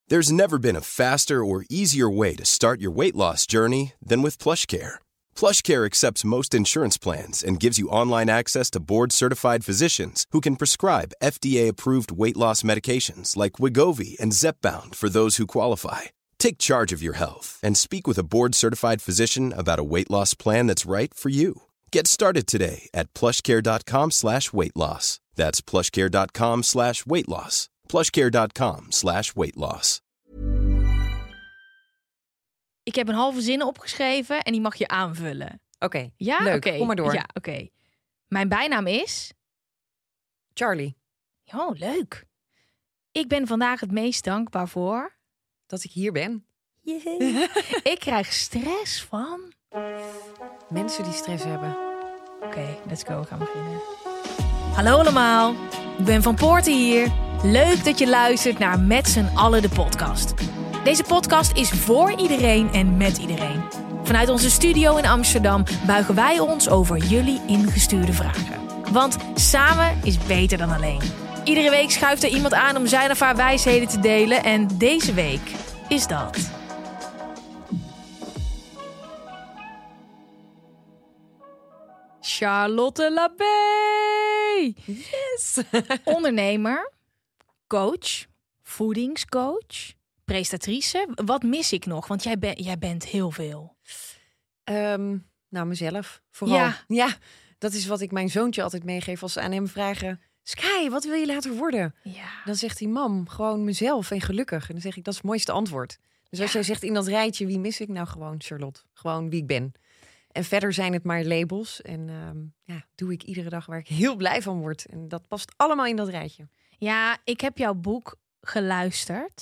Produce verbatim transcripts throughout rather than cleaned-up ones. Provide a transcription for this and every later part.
There's never been a faster or easier way to start your weight loss journey than with PlushCare. PlushCare accepts most insurance plans and gives you online access to board-certified physicians who can prescribe F D A-approved weight loss medications like Wegovy and Zepbound for those who qualify. Take charge of your health and speak with a board-certified physician about a weight loss plan that's right for you. Get started today at plushcare.com slash weight loss. That's plushcare.com slash weight loss. plushcare.com slash weight loss. Ik heb een halve zin opgeschreven en die mag je aanvullen. Oké, okay, ja? leuk. Okay. Kom maar door. Ja, oké. Okay. Mijn bijnaam is... Charlie. Oh, leuk. Ik ben vandaag het meest dankbaar voor... Dat ik hier ben. Yeah. Ik krijg stress van... Mensen die stress hebben. Oké, okay, let's go. We gaan beginnen. Hallo allemaal. Ik ben Van Poorten hier. Leuk dat je luistert naar Met z'n allen de podcast. Deze podcast is voor iedereen en met iedereen. Vanuit onze studio in Amsterdam buigen wij ons over jullie ingestuurde vragen. Want samen is beter dan alleen. Iedere week schuift er iemand aan om zijn of haar wijsheden te delen. En deze week is dat... Charlotte Labé. Yes. Ondernemer, coach, voedingscoach, prestatrice. Wat mis ik nog? Want jij, ben, jij bent heel veel. Um, nou, mezelf. Vooral. Ja. ja, dat is wat ik mijn zoontje altijd meegeef als ze aan hem vragen... Sky, wat wil je later worden? Ja. Dan zegt hij, mam, gewoon mezelf en gelukkig. En dan zeg ik, dat is het mooiste antwoord. Dus als ja. jij zegt in dat rijtje, wie mis ik? Nou, gewoon Charlotte. Gewoon wie ik ben. En verder zijn het maar labels. En um, ja, doe ik iedere dag waar ik heel blij van word. En dat past allemaal in dat rijtje. Ja, ik heb jouw boek geluisterd.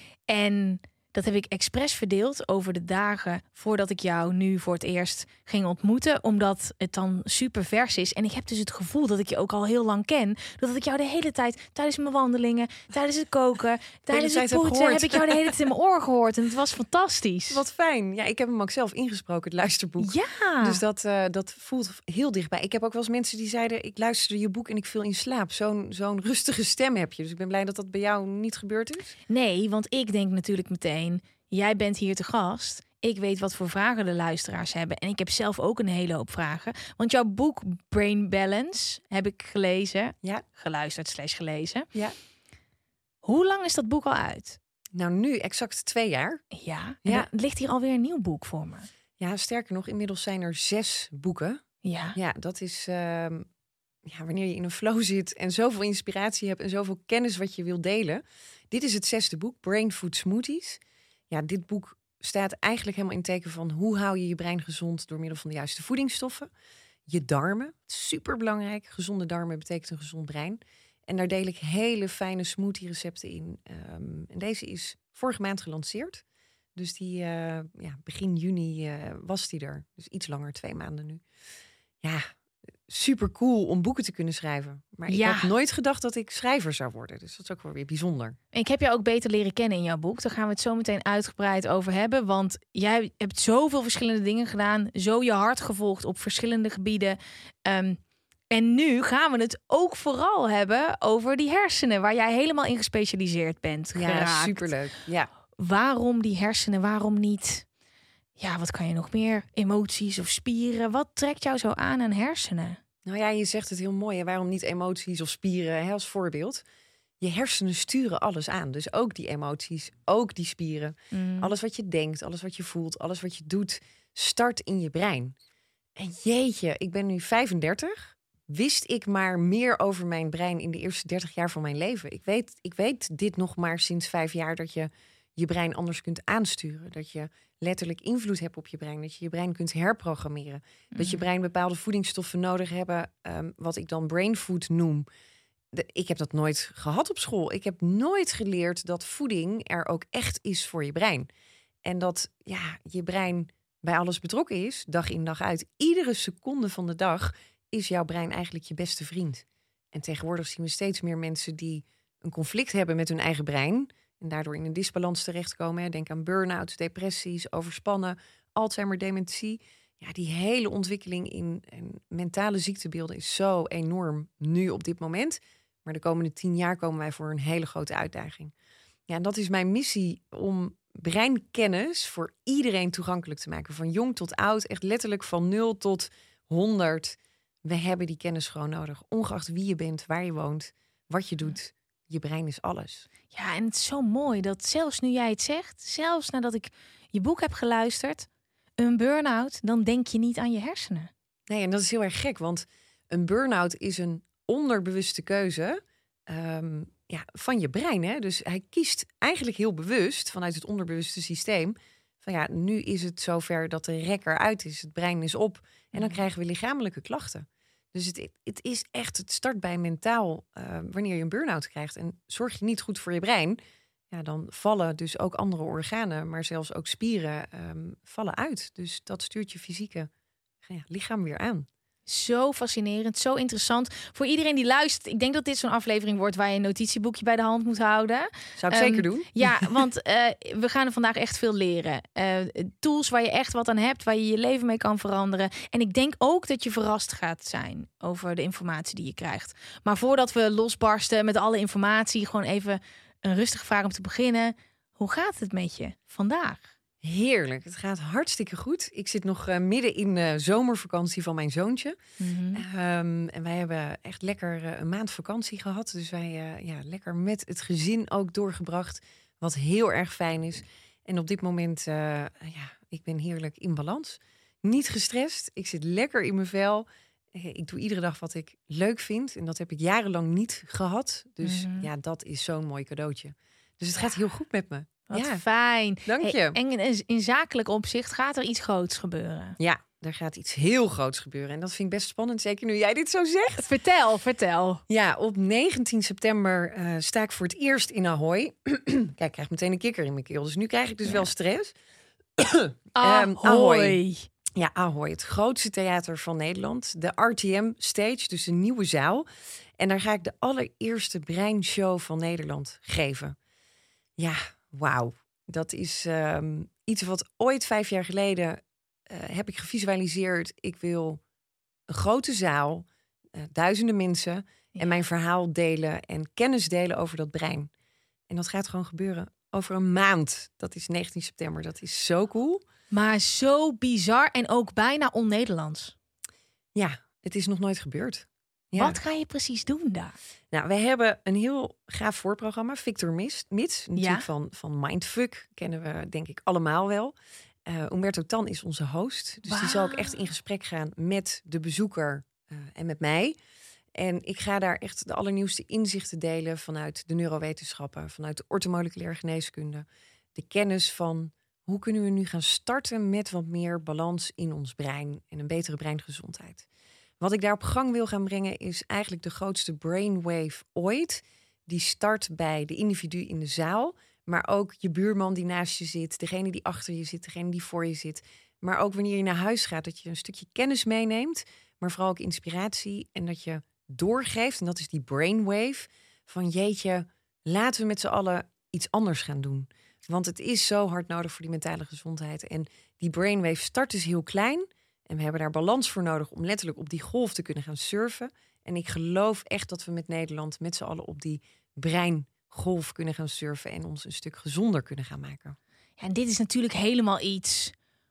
En dat heb ik expres verdeeld over de dagen voordat ik jou nu voor het eerst ging ontmoeten. Omdat het dan super vers is. En ik heb dus het gevoel dat ik je ook al heel lang ken. Dat ik jou de hele tijd, tijdens mijn wandelingen, tijdens het koken, tijdens het poetsen, heb, heb ik jou de hele tijd in mijn oor gehoord. En het was fantastisch. Wat fijn. Ja, ik heb hem ook zelf ingesproken, het luisterboek. Ja. Dus dat, uh, dat voelt heel dichtbij. Ik heb ook wel eens mensen die zeiden, ik luisterde je boek en ik viel in slaap. Zo'n, zo'n rustige stem heb je. Dus ik ben blij dat dat bij jou niet gebeurd is. Nee, want ik denk natuurlijk meteen... Jij bent hier te gast. Ik weet wat voor vragen de luisteraars hebben. En ik heb zelf ook een hele hoop vragen. Want jouw boek Brain Balance heb ik gelezen. Ja. Geluisterd slash gelezen. Ja. Hoe lang is dat boek al uit? Nou, nu exact twee jaar. Ja. Ja. En ligt hier alweer een nieuw boek voor me. Ja, sterker nog, inmiddels zijn er zes boeken. Ja. Ja, dat is... Uh, ja, wanneer je in een flow zit en zoveel inspiratie hebt en zoveel kennis wat je wil delen. Dit is het zesde boek, Brain Food Smoothies. Ja, dit boek staat eigenlijk helemaal in het teken van hoe hou je je brein gezond door middel van de juiste voedingsstoffen. Je darmen, super belangrijk. Gezonde darmen betekent een gezond brein. En daar deel ik hele fijne smoothie recepten in. Um, en deze is vorige maand gelanceerd. Dus die uh, ja, begin juni uh, was die er. Dus iets langer, twee maanden nu. Ja, super cool om boeken te kunnen schrijven. Maar ik ja. had nooit gedacht dat ik schrijver zou worden. Dus dat is ook wel weer bijzonder. Ik heb jou ook beter leren kennen in jouw boek. Daar gaan we het zo meteen uitgebreid over hebben. Want jij hebt zoveel verschillende dingen gedaan. Zo je hart gevolgd op verschillende gebieden. Um, en nu gaan we het ook vooral hebben over die hersenen. Waar jij helemaal in gespecialiseerd bent geraakt. Ja, superleuk. Ja. Waarom die hersenen? Waarom niet? Ja, wat kan je nog meer? Emoties of spieren? Wat trekt jou zo aan aan hersenen? Nou ja, je zegt het heel mooi. Hè? Waarom niet emoties of spieren, hè, als voorbeeld? Je hersenen sturen alles aan. Dus ook die emoties, ook die spieren. Mm. Alles wat je denkt, alles wat je voelt, alles wat je doet, start in je brein. En jeetje, ik ben nu vijfendertig. Wist ik maar meer over mijn brein in de eerste dertig jaar van mijn leven. Ik weet, ik weet dit nog maar sinds vijf jaar dat je je brein anders kunt aansturen. Dat je letterlijk invloed hebt op je brein. Dat je je brein kunt herprogrammeren. Mm. Dat je brein bepaalde voedingsstoffen nodig hebben. Um, wat ik dan brain food noem. De, ik heb dat nooit gehad op school. Ik heb nooit geleerd dat voeding er ook echt is voor je brein. En dat ja, je brein bij alles betrokken is. Dag in dag uit. Iedere seconde van de dag is jouw brein eigenlijk je beste vriend. En tegenwoordig zien we steeds meer mensen die een conflict hebben met hun eigen brein. En daardoor in een disbalans terechtkomen. Denk aan burn-outs, depressies, overspannen, Alzheimer, dementie. Ja, die hele ontwikkeling in, in mentale ziektebeelden is zo enorm nu op dit moment. Maar de komende tien jaar komen wij voor een hele grote uitdaging. Ja, en dat is mijn missie om breinkennis voor iedereen toegankelijk te maken. Van jong tot oud, echt letterlijk van nul tot honderd. We hebben die kennis gewoon nodig. Ongeacht wie je bent, waar je woont, wat je doet. Je brein is alles. Ja, en het is zo mooi dat zelfs nu jij het zegt, zelfs nadat ik je boek heb geluisterd, een burn-out, dan denk je niet aan je hersenen. Nee, en dat is heel erg gek, want een burn-out is een onderbewuste keuze um, ja, van je brein. Hè? Dus hij kiest eigenlijk heel bewust vanuit het onderbewuste systeem van ja, nu is het zover dat de rekker uit is, het brein is op en dan krijgen we lichamelijke klachten. Dus het, het is echt, het start bij mentaal uh, wanneer je een burn-out krijgt. En zorg je niet goed voor je brein, ja, dan vallen dus ook andere organen, maar zelfs ook spieren um, vallen uit. Dus dat stuurt je fysieke ja, lichaam weer aan. Zo fascinerend, zo interessant. Voor iedereen die luistert, ik denk dat dit zo'n aflevering wordt waar je een notitieboekje bij de hand moet houden. Zou ik um, zeker doen. Ja, want uh, we gaan er vandaag echt veel leren. Uh, tools waar je echt wat aan hebt, waar je je leven mee kan veranderen. En ik denk ook dat je verrast gaat zijn over de informatie die je krijgt. Maar voordat we losbarsten met alle informatie, gewoon even een rustige vraag om te beginnen. Hoe gaat het met je vandaag? Heerlijk, het gaat hartstikke goed. Ik zit nog uh, midden in de zomervakantie van mijn zoontje. Mm-hmm. Um, en wij hebben echt lekker uh, een maand vakantie gehad. Dus wij uh, ja, lekker met het gezin ook doorgebracht. Wat heel erg fijn is. En op dit moment, uh, ja, ik ben heerlijk in balans. Niet gestrest, ik zit lekker in mijn vel. Ik doe iedere dag wat ik leuk vind. En dat heb ik jarenlang niet gehad. Dus mm-hmm. ja, dat is zo'n mooi cadeautje. Dus het gaat heel goed met me. Wat ja. fijn. Dank je. Hey, en in, in zakelijk opzicht gaat er iets groots gebeuren. Ja, er gaat iets heel groots gebeuren. En dat vind ik best spannend, zeker nu jij dit zo zegt. Vertel, vertel. Ja, op negentien september uh, sta ik voor het eerst in Ahoy. Kijk, ik krijg meteen een kikker in mijn keel. Dus nu krijg ik dus ja. wel stress. Ahoy. um, Ahoy. Ja, Ahoy, het grootste theater van Nederland. De R T M Stage, dus een nieuwe zaal. En daar ga ik de allereerste breinshow van Nederland geven. Ja, wauw. Dat is um, iets wat ooit vijf jaar geleden uh, heb ik gevisualiseerd. Ik wil een grote zaal, uh, duizenden mensen ja. en mijn verhaal delen en kennis delen over dat brein. En dat gaat gewoon gebeuren over een maand. Dat is negentien september. Dat is zo cool. Maar zo bizar en ook bijna on-Nederlands. Ja, het is nog nooit gebeurd. Ja. Wat ga je precies doen daar? Nou, we hebben een heel gaaf voorprogramma. Victor Mits, natuurlijk ja. van, van Mindfuck. Kennen we denk ik allemaal wel. Uh, Umberto Tan is onze host. Dus wow. die zal ook echt in gesprek gaan met de bezoeker uh, en met mij. En ik ga daar echt de allernieuwste inzichten delen vanuit de neurowetenschappen, vanuit de orthomoleculaire geneeskunde. De kennis van hoe kunnen we nu gaan starten met wat meer balans in ons brein en een betere breingezondheid. Wat ik daar op gang wil gaan brengen is eigenlijk de grootste brainwave ooit. Die start bij de individu in de zaal, maar ook je buurman die naast je zit, degene die achter je zit, degene die voor je zit. Maar ook wanneer je naar huis gaat, dat je een stukje kennis meeneemt, maar vooral ook inspiratie en dat je doorgeeft. En dat is die brainwave van jeetje, laten we met z'n allen iets anders gaan doen. Want het is zo hard nodig voor die mentale gezondheid. En die brainwave start dus heel klein. En we hebben daar balans voor nodig om letterlijk op die golf te kunnen gaan surfen. En ik geloof echt dat we met Nederland met z'n allen op die breingolf kunnen gaan surfen en ons een stuk gezonder kunnen gaan maken. Ja, en dit is natuurlijk helemaal iets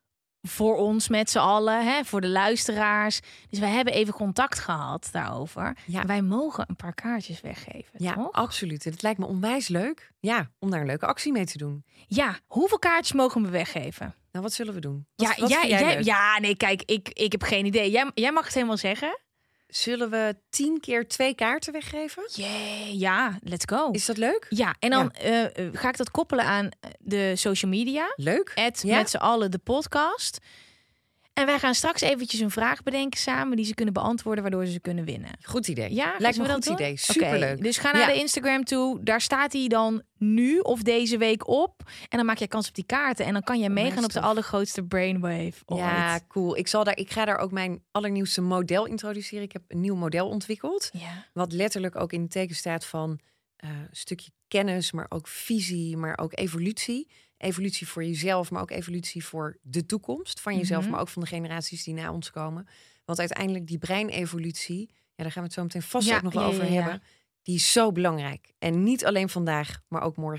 voor ons met z'n allen, hè, voor de luisteraars. Dus wij hebben even contact gehad daarover. Ja. En wij mogen een paar kaartjes weggeven, ja, toch? Absoluut. En het lijkt me onwijs leuk, ja, om daar een leuke actie mee te doen. Ja, hoeveel kaartjes mogen we weggeven? Nou, wat zullen we doen? Wat, ja, wat jij, jij jij, ja, nee, kijk, ik, ik heb geen idee. Jij, jij mag het helemaal zeggen. Zullen we tien keer twee kaarten weggeven? Yeah, ja, let's go. Is dat leuk? Ja, en dan ja. Uh, ga ik dat koppelen aan de social media. Leuk. Het ja. met z'n allen de podcast. En wij gaan straks eventjes een vraag bedenken samen die ze kunnen beantwoorden, waardoor ze ze kunnen winnen. Goed idee. Ja, lijkt me een goed idee. Superleuk. Okay, dus ga naar ja. de Instagram toe. Daar staat hij dan nu of deze week op. En dan maak je kans op die kaarten. En dan kan je meegaan op de allergrootste brainwave ooit. Ja, cool. Ik, zal daar, ik ga daar ook mijn allernieuwste model introduceren. Ik heb een nieuw model ontwikkeld. Ja. Wat letterlijk ook in het teken staat van uh, een stukje kennis, maar ook visie, maar ook evolutie. Evolutie voor jezelf, maar ook evolutie voor de toekomst van jezelf, mm-hmm. maar ook van de generaties die na ons komen. Want uiteindelijk die breinevolutie, ja, daar gaan we het zo meteen vast ja, ook nog wel ja, over ja, ja. hebben. Die is zo belangrijk. En niet alleen vandaag, maar ook morgen. En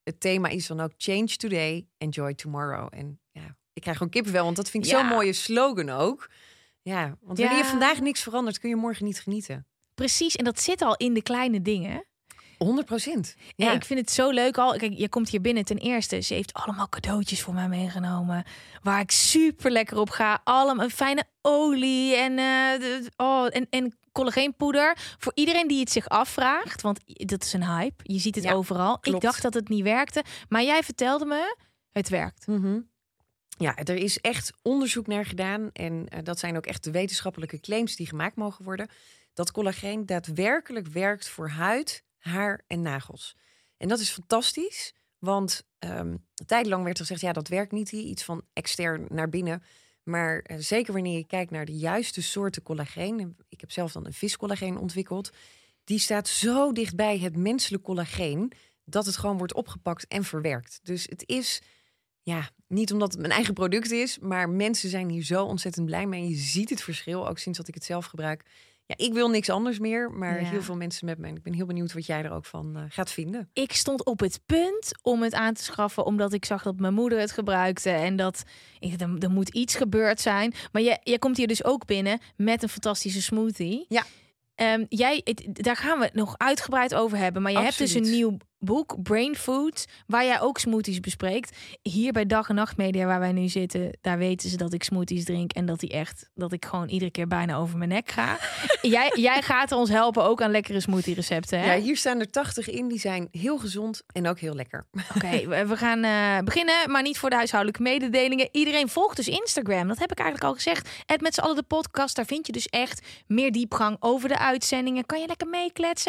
het thema is dan ook change today, enjoy tomorrow. En ja, ik krijg gewoon kippenvel, want dat vind ik Ja. zo'n mooie slogan ook. Ja, want Ja. wanneer je vandaag niks verandert, kun je morgen niet genieten. Precies, en dat zit al in de kleine dingen. honderd procent. Ja. Ja. En ik vind het zo leuk al. Kijk, je komt hier binnen ten eerste. Ze heeft allemaal cadeautjes voor mij meegenomen. Waar ik super lekker op ga. Allemaal een fijne olie en, uh, de, oh, en, en collageenpoeder. Voor iedereen die het zich afvraagt. Want dat is een hype. Je ziet het Ja, overal. klopt. Ik dacht dat het niet werkte. Maar jij vertelde me, het werkt. Mm-hmm. Ja, er is echt onderzoek naar gedaan. En uh, dat zijn ook echt de wetenschappelijke claims die gemaakt mogen worden. Dat collageen daadwerkelijk werkt voor huid, haar en nagels. En dat is fantastisch. Want um, tijdenlang werd er gezegd, ja, dat werkt niet. Iets van extern naar binnen. Maar uh, zeker wanneer je kijkt naar de juiste soorten collageen. Ik heb zelf dan een viscollageen ontwikkeld. Die staat zo dichtbij het menselijk collageen dat het gewoon wordt opgepakt en verwerkt. Dus het is, ja, niet omdat het mijn eigen product is, maar mensen zijn hier zo ontzettend blij mee. Je ziet het verschil, ook sinds dat ik het zelf gebruik. Ja, ik wil niks anders meer, maar Ja. heel veel mensen met mij. Ik ben heel benieuwd wat jij er ook van uh, gaat vinden. Ik stond op het punt om het aan te schaffen, omdat ik zag dat mijn moeder het gebruikte en dat ik, er, er moet iets gebeurd zijn. Maar jij, jij komt hier dus ook binnen met een fantastische smoothie. Ja. Um, jij, het, daar gaan we het nog uitgebreid over hebben. Maar je Absoluut. hebt dus een nieuw boek, Brain Food, waar jij ook smoothies bespreekt. Hier bij Dag en Nacht Media, waar wij nu zitten, daar weten ze dat ik smoothies drink en dat die echt, dat ik gewoon iedere keer bijna over mijn nek ga. jij, jij gaat ons helpen ook aan lekkere smoothie recepten, hè? Ja, hier staan er tachtig in. Die zijn heel gezond en ook heel lekker. Oké, okay, we, we gaan uh, beginnen, maar niet voor de huishoudelijke mededelingen. Iedereen volgt dus Instagram. Dat heb ik eigenlijk al gezegd. Het met z'n allen de podcast. Daar vind je dus echt meer diepgang over de uitzendingen. Kan je lekker meekletsen.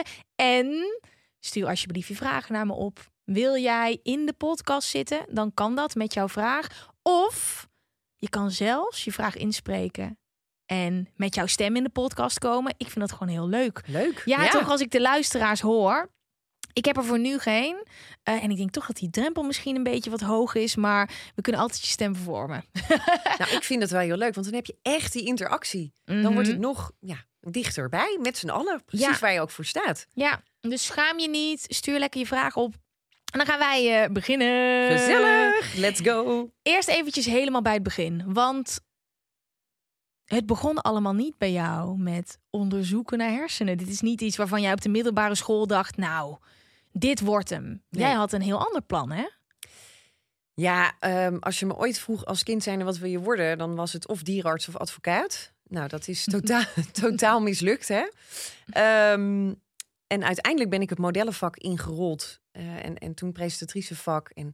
En stuur alsjeblieft je vragen naar me op. Wil jij in de podcast zitten? Dan kan dat met jouw vraag. Of je kan zelfs je vraag inspreken en met jouw stem in de podcast komen. Ik vind dat gewoon heel leuk. Leuk. Ja, ja. toch als ik de luisteraars hoor. Ik heb er voor nu geen. Uh, en ik denk toch dat die drempel misschien een beetje wat hoog is. Maar we kunnen altijd je stem vervormen. Nou, ik vind dat wel heel leuk. Want dan heb je echt die interactie. Mm-hmm. Dan wordt het nog ja, dichterbij met z'n allen. Precies ja. waar je ook voor staat. Ja, dus schaam je niet. Stuur lekker je vraag op. En dan gaan wij uh, beginnen. Gezellig. Let's go. Eerst eventjes helemaal bij het begin. Want het begon allemaal niet bij jou met onderzoeken naar hersenen. Dit is niet iets waarvan jij op de middelbare school dacht, nou, dit wordt hem. Nee. Jij had een heel ander plan, hè? Ja, um, als je me ooit vroeg als kind zijnde wat wil je worden, dan was het of dierenarts of advocaat. Nou, dat is totaal, totaal mislukt, hè? Um, en uiteindelijk ben ik het modellenvak ingerold. Uh, en, en toen presentatricevak. En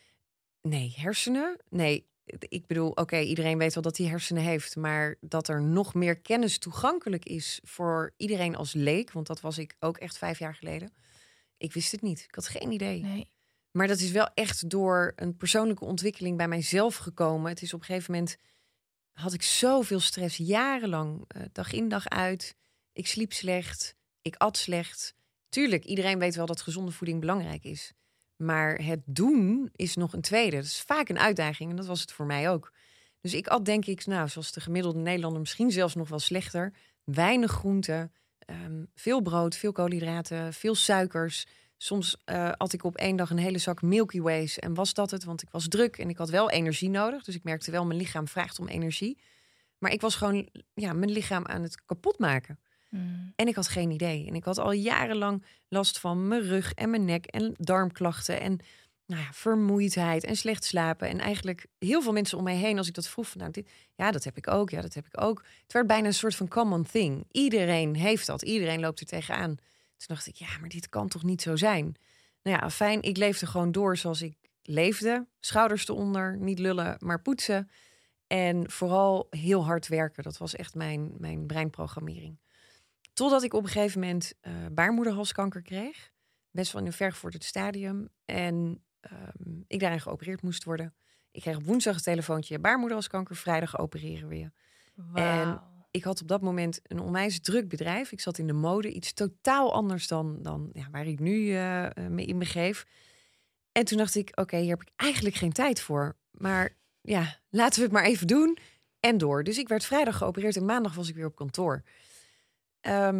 nee, hersenen? Nee, ik bedoel, oké, okay, iedereen weet wel dat hij hersenen heeft. Maar dat er nog meer kennis toegankelijk is voor iedereen als leek. Want dat was ik ook echt vijf jaar geleden. Ik wist het niet. Ik had geen idee. Nee. Maar dat is wel echt door een persoonlijke ontwikkeling bij mijzelf gekomen. Het is op een gegeven moment had ik zoveel stress, jarenlang, uh, dag in dag uit. Ik sliep slecht, ik at slecht. Tuurlijk, iedereen weet wel dat gezonde voeding belangrijk is. Maar het doen is nog een tweede. Dat is vaak een uitdaging en dat was het voor mij ook. Dus ik at denk ik, nou, zoals de gemiddelde Nederlander, misschien zelfs nog wel slechter. Weinig groenten, um, veel brood, veel koolhydraten, veel suikers. Soms uh, at ik op één dag een hele zak Milky Ways en was dat het, want ik was druk en ik had wel energie nodig. Dus ik merkte wel, mijn lichaam vraagt om energie. Maar ik was gewoon ja, mijn lichaam aan het kapot maken. Mm. En ik had geen idee. En ik had al jarenlang last van mijn rug en mijn nek en darmklachten en nou ja, vermoeidheid en slecht slapen. En eigenlijk heel veel mensen om mij heen, als ik dat vroeg, van, nou, dit, ja, dat heb ik ook, ja, dat heb ik ook. Het werd bijna een soort van common thing. Iedereen heeft dat, iedereen loopt er tegenaan. Toen dacht ik, ja, maar dit kan toch niet zo zijn? Nou ja, fijn, ik leefde gewoon door zoals ik leefde. Schouders eronder, niet lullen, maar poetsen. En vooral heel hard werken. Dat was echt mijn, mijn breinprogrammering. Totdat ik op een gegeven moment uh, baarmoederhalskanker kreeg. Best wel in een vergevorderd stadium. En um, ik daarin geopereerd moest worden. Ik kreeg op woensdag een telefoontje, baarmoederhalskanker, vrijdag opereren we je. Wow. En ik had op dat moment een onwijs druk bedrijf. Ik zat in de mode, iets totaal anders dan, dan ja, waar ik nu uh, me in begeef. En toen dacht ik, oké, okay, hier heb ik eigenlijk geen tijd voor. Maar ja, laten we het maar even doen. En door. Dus ik werd vrijdag geopereerd en maandag was ik weer op kantoor. Um,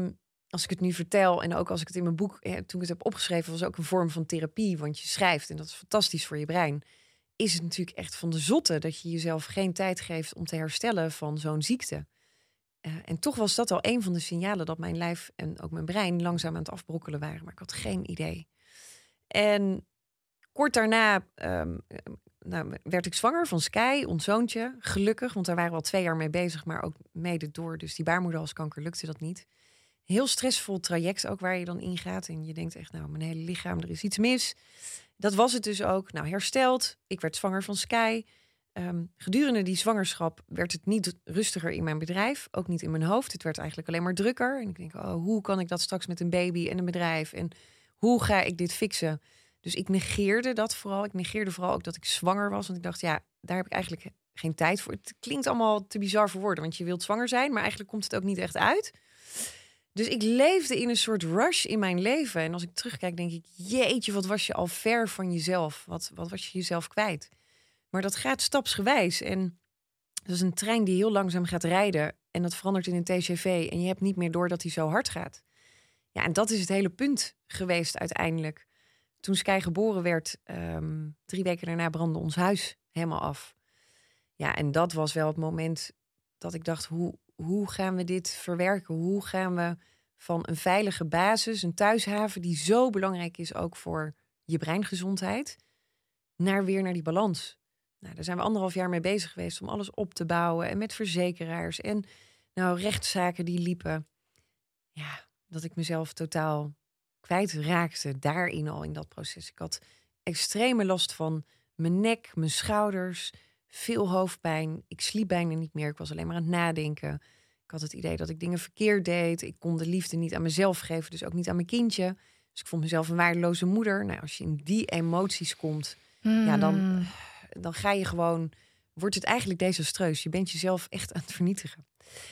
als ik het nu vertel en ook als ik het in mijn boek, ja, toen ik het heb opgeschreven, was ook een vorm van therapie, want je schrijft en dat is fantastisch voor je brein. Is het natuurlijk echt van de zotte dat je jezelf geen tijd geeft om te herstellen van zo'n ziekte. Uh, en toch was dat al een van de signalen dat mijn lijf en ook mijn brein langzaam aan het afbrokkelen waren, maar ik had geen idee. En kort daarna um, nou, werd ik zwanger van Sky, ons zoontje. Gelukkig, want daar waren we al twee jaar mee bezig, maar ook mede door dus die baarmoederhalskanker lukte dat niet. Heel stressvol traject ook waar je dan ingaat. En je denkt echt, nou, mijn hele lichaam, er is iets mis. Dat was het dus ook. Nou, hersteld. Ik werd zwanger van Sky. Um, gedurende die zwangerschap werd het niet rustiger in mijn bedrijf. Ook niet in mijn hoofd. Het werd eigenlijk alleen maar drukker. En ik denk, oh, hoe kan ik dat straks met een baby en een bedrijf? En hoe ga ik dit fixen? Dus ik negeerde dat vooral. Ik negeerde vooral ook dat ik zwanger was. Want ik dacht, ja, daar heb ik eigenlijk geen tijd voor. Het klinkt allemaal te bizar voor woorden. Want je wilt zwanger zijn, maar eigenlijk komt het ook niet echt uit. Dus ik leefde in een soort rush in mijn leven. En als ik terugkijk, denk ik, jeetje, wat was je al ver van jezelf? Wat, wat was je jezelf kwijt? Maar dat gaat stapsgewijs. En dat is een trein die heel langzaam gaat rijden. En dat verandert in een T C V. En je hebt niet meer door dat hij zo hard gaat. Ja, en dat is het hele punt geweest uiteindelijk. Toen Sky geboren werd, um, drie weken daarna brandde ons huis helemaal af. Ja, en dat was wel het moment dat ik dacht, hoe, hoe gaan we dit verwerken? Hoe gaan we van een veilige basis, een thuishaven die zo belangrijk is ook voor je breingezondheid, naar weer naar die balans? Nou, daar zijn we anderhalf jaar mee bezig geweest om alles op te bouwen en met verzekeraars en nou rechtszaken die liepen. Ja, dat ik mezelf totaal kwijtraakte daarin al in dat proces. Ik had extreme last van mijn nek, mijn schouders, veel hoofdpijn. Ik sliep bijna niet meer. Ik was alleen maar aan het nadenken. Ik had het idee dat ik dingen verkeerd deed. Ik kon de liefde niet aan mezelf geven, dus ook niet aan mijn kindje. Dus ik vond mezelf een waardeloze moeder. Nou, als je in die emoties komt, hmm. ja, dan, dan ga je gewoon, wordt het eigenlijk desastreus. Je bent jezelf echt aan het vernietigen.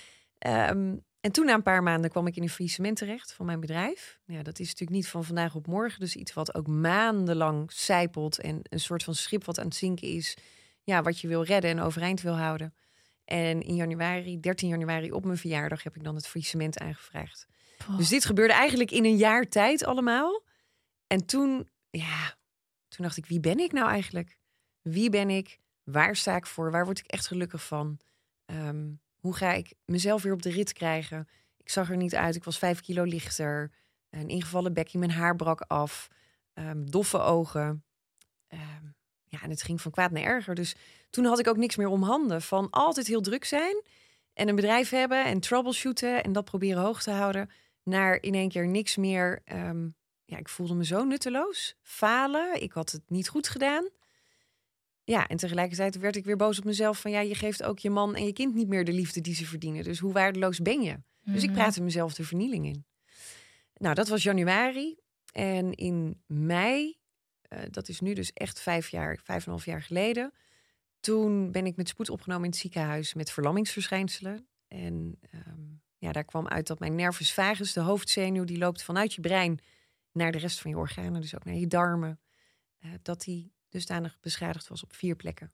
Um, En toen na een paar maanden kwam ik in een faillissement terecht van mijn bedrijf. Ja, dat is natuurlijk niet van vandaag op morgen. Dus iets wat ook maandenlang sijpelt en een soort van schip wat aan het zinken is. Ja, wat je wil redden en overeind wil houden. En in januari, dertien januari op mijn verjaardag heb ik dan het faillissement aangevraagd. Oh. Dus dit gebeurde eigenlijk in een jaar tijd allemaal. En toen, ja, toen dacht ik, wie ben ik nou eigenlijk? Wie ben ik? Waar sta ik voor? Waar word ik echt gelukkig van? Um, Hoe ga ik mezelf weer op de rit krijgen? Ik zag er niet uit. Ik was vijf kilo lichter. Een ingevallen bekje, mijn haar brak af. Um, doffe ogen. Um, ja, en het ging van kwaad naar erger. Dus toen had ik ook niks meer om handen. Van altijd heel druk zijn. En een bedrijf hebben en troubleshooten. En dat proberen hoog te houden. Naar in één keer niks meer. Um, ja, ik voelde me zo nutteloos. Falen. Ik had het niet goed gedaan. Ja, en tegelijkertijd werd ik weer boos op mezelf van ja, je geeft ook je man en je kind niet meer de liefde die ze verdienen. Dus hoe waardeloos ben je? Mm-hmm. Dus ik praatte mezelf de vernieling in. Nou, dat was januari. En in mei, uh, dat is nu dus echt vijf jaar, vijf en een half jaar geleden. Toen ben ik met spoed opgenomen in het ziekenhuis met verlammingsverschijnselen. En um, ja, daar kwam uit dat mijn nervus vagus, de hoofdzenuw, die loopt vanuit je brein naar de rest van je organen. Dus ook naar je darmen. Uh, dat die dusdanig beschadigd was op vier plekken.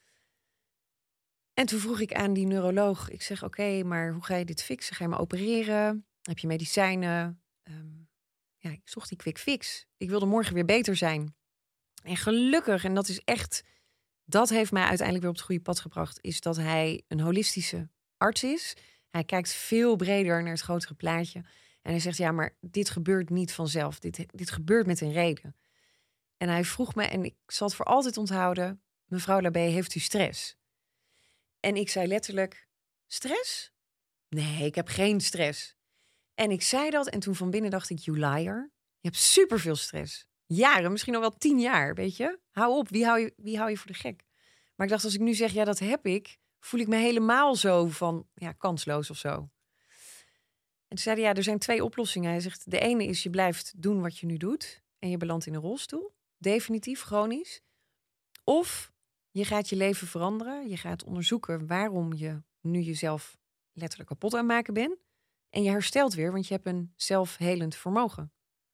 En toen vroeg ik aan die neuroloog, ik zeg oké, okay, maar hoe ga je dit fixen? Ga je me opereren? Heb je medicijnen? Um, ja, ik zocht die quick fix. Ik wilde morgen weer beter zijn. En gelukkig, en dat is echt, dat heeft mij uiteindelijk weer op het goede pad gebracht, is dat hij een holistische arts is. Hij kijkt veel breder naar het grotere plaatje. En hij zegt, ja, maar dit gebeurt niet vanzelf. Dit, dit gebeurt met een reden. En hij vroeg me, en ik zal het voor altijd onthouden, mevrouw Labé, heeft u stress? En ik zei letterlijk, stress? Nee, ik heb geen stress. En ik zei dat en toen van binnen dacht ik, you liar. Je hebt superveel stress. Jaren, misschien al wel tien jaar, weet je? Hou op, wie hou je, wie hou je voor de gek? Maar ik dacht, als ik nu zeg, ja, dat heb ik, voel ik me helemaal zo van, ja, kansloos of zo. En toen zei hij, ja, er zijn twee oplossingen. Hij zegt, de ene is, je blijft doen wat je nu doet en je belandt in een rolstoel. Definitief, chronisch. Of je gaat je leven veranderen. Je gaat onderzoeken waarom je nu jezelf letterlijk kapot aan het maken bent. En je herstelt weer, want je hebt een zelfhelend vermogen.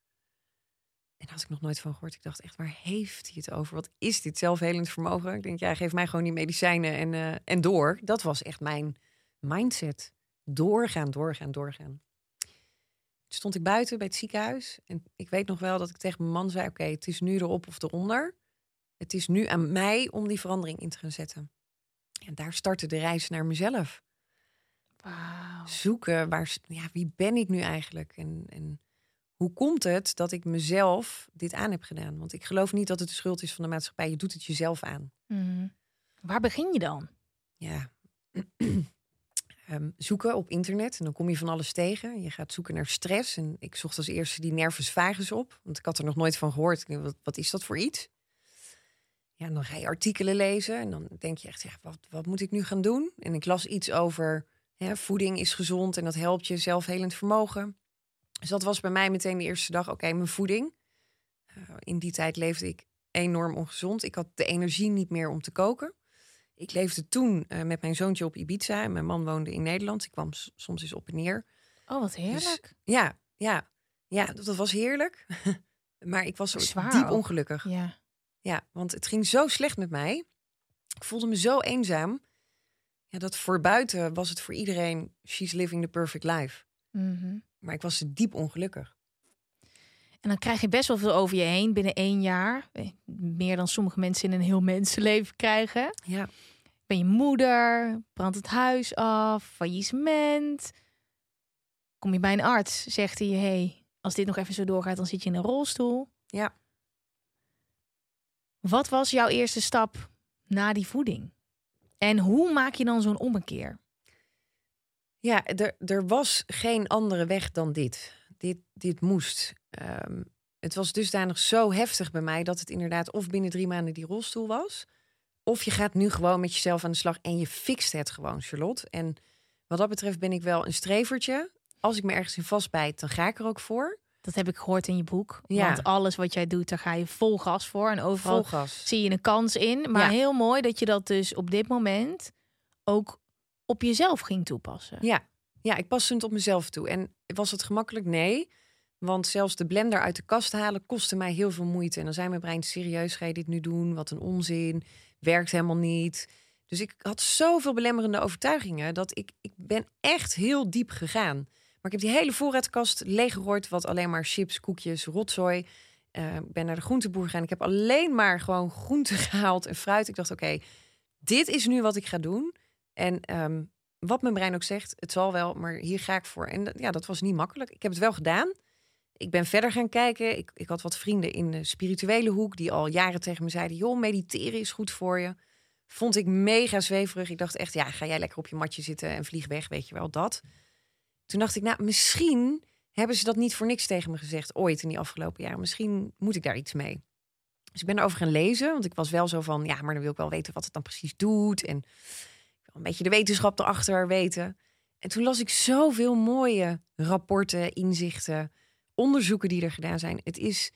En daar had ik nog nooit van gehoord. Ik dacht echt, waar heeft hij het over? Wat is dit zelfhelend vermogen? Ik denk, ja, geef mij gewoon die medicijnen en, uh, en door. Dat was echt mijn mindset. Doorgaan, doorgaan, doorgaan. stond ik buiten bij het ziekenhuis. En ik weet nog wel dat ik tegen mijn man zei... oké, okay, het is nu erop of eronder. Het is nu aan mij om die verandering in te gaan zetten. En daar startte de reis naar mezelf. Wauw. Zoeken, waar, ja, wie ben ik nu eigenlijk? En, en hoe komt het dat ik mezelf dit aan heb gedaan? Want ik geloof niet dat het de schuld is van de maatschappij. Je doet het jezelf aan. Mm. Waar begin je dan? Ja... Um, zoeken op internet en dan kom je van alles tegen. Je gaat zoeken naar stress. En ik zocht als eerste die nervus vagus op. Want ik had er nog nooit van gehoord. Ik denk, wat, wat is dat voor iets? Ja, en dan ga je artikelen lezen. En dan denk je echt, ja, wat, wat moet ik nu gaan doen? En ik las iets over hè, voeding is gezond. En dat helpt je zelfhelend vermogen. Dus dat was bij mij meteen de eerste dag. Oké, okay, mijn voeding. Uh, in die tijd leefde ik enorm ongezond. Ik had de energie niet meer om te koken. Ik leefde toen uh, met mijn zoontje op Ibiza. En mijn man woonde in Nederland. Ik kwam s- soms eens op en neer. Oh, wat heerlijk. Dus, ja, ja, ja, dat, dat was heerlijk. Maar ik was zo Zwaar diep ook. ongelukkig. Ja. Ja, want het ging zo slecht met mij. Ik voelde me zo eenzaam. Ja, dat voor buiten was het voor iedereen... she's living the perfect life. Mm-hmm. Maar ik was diep ongelukkig. En dan krijg je best wel veel over je heen binnen één jaar. Meer dan sommige mensen in een heel mensenleven krijgen. Ja. Ben je moeder, brandt het huis af, faillissement. Kom je bij een arts, zegt hij... hey, als dit nog even zo doorgaat, dan zit je in een rolstoel. Ja. Wat was jouw eerste stap na die voeding? En hoe maak je dan zo'n ommekeer? Ja, er, er was geen andere weg dan dit. Dit, dit moest. Um, het was dusdanig zo heftig bij mij... dat het inderdaad of binnen drie maanden die rolstoel was... of je gaat nu gewoon met jezelf aan de slag... en je fixt het gewoon, Charlotte. En wat dat betreft ben ik wel een strevertje. Als ik me ergens in vastbijt, dan ga ik er ook voor. Dat heb ik gehoord in je boek. Ja. Want alles wat jij doet, daar ga je vol gas voor. En overal Vol gas. zie je een kans in. Maar Ja. heel mooi dat je dat dus op dit moment... ook op jezelf ging toepassen. Ja, ja, ik paste het op mezelf toe. En was het gemakkelijk? Nee. Want zelfs de blender uit de kast halen kostte mij heel veel moeite. En dan zei mijn brein, serieus, ga je dit nu doen? Wat een onzin. Werkt helemaal niet. Dus ik had zoveel belemmerende overtuigingen... dat ik, ik ben echt heel diep gegaan. Maar ik heb die hele voorraadkast leeggegooid... wat alleen maar chips, koekjes, rotzooi. Uh, ik ben naar de groenteboer gegaan. Ik heb alleen maar gewoon groenten gehaald en fruit. Ik dacht, oké, okay, dit is nu wat ik ga doen. En um, wat mijn brein ook zegt, het zal wel, maar hier ga ik voor. En ja, dat was niet makkelijk. Ik heb het wel gedaan. Ik ben verder gaan kijken. Ik, ik had wat vrienden in de spirituele hoek... die al jaren tegen me zeiden... joh, mediteren is goed voor je. Vond ik mega zweverig. Ik dacht echt, ja, ga jij lekker op je matje zitten... en vlieg weg, weet je wel, dat. Toen dacht ik, nou, misschien hebben ze dat niet voor niks tegen me gezegd... ooit in die afgelopen jaren. Misschien moet ik daar iets mee. Dus ik ben erover gaan lezen. Want ik was wel zo van, ja, maar dan wil ik wel weten... wat het dan precies doet. En ik wil een beetje de wetenschap erachter weten. En toen las ik zoveel mooie rapporten, inzichten... onderzoeken die er gedaan zijn. Het is,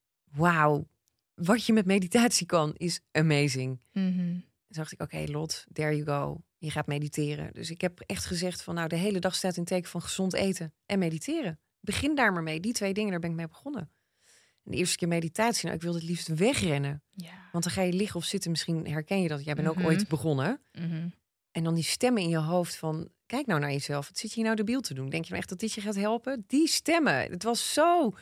wauw, wat je met meditatie kan, is amazing. Mm-hmm. Toen dacht ik, oké, okay, Lot, there you go. Je gaat mediteren. Dus ik heb echt gezegd van, nou, de hele dag staat in teken van gezond eten en mediteren. Begin daar maar mee. Die twee dingen, daar ben ik mee begonnen. En de eerste keer meditatie, nou, ik wilde het liefst wegrennen. Ja. Want dan ga je liggen of zitten, misschien herken je dat. Jij bent Mm-hmm. ook ooit begonnen. Mm-hmm. En dan die stemmen in je hoofd van... kijk nou naar jezelf, wat zit je hier nou debiel te doen? Denk je nou echt dat dit je gaat helpen? Die stemmen, het was zo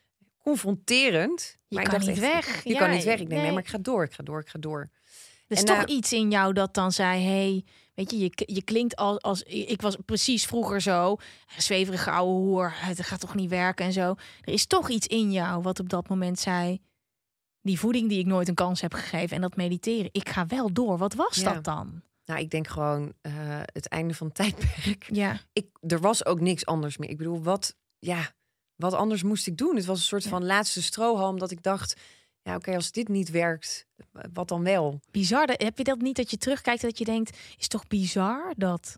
confronterend. Je maar kan ik dacht niet echt, weg. Je Ja, kan niet weg. Ik denk, nee. nee, maar ik ga door, ik ga door, ik ga door. Er is en, toch uh, iets in jou dat dan zei... hey, weet je, je, je klinkt als, als... Ik was precies vroeger zo... zweverige ouwe hoer, het gaat toch niet werken en zo. Er is toch iets in jou wat op dat moment zei... die voeding die ik nooit een kans heb gegeven... en dat mediteren, ik ga wel door. Wat was ja. dat dan? Nou, ik denk gewoon uh, het einde van het tijdperk. Ja. Ik, er was ook niks anders meer. Ik bedoel, wat, ja, wat anders moest ik doen? Het was een soort ja. van laatste strohalm dat ik dacht... ja, oké, okay, als dit niet werkt, wat dan wel? Bizar. Heb je dat niet dat je terugkijkt dat je denkt... is toch bizar dat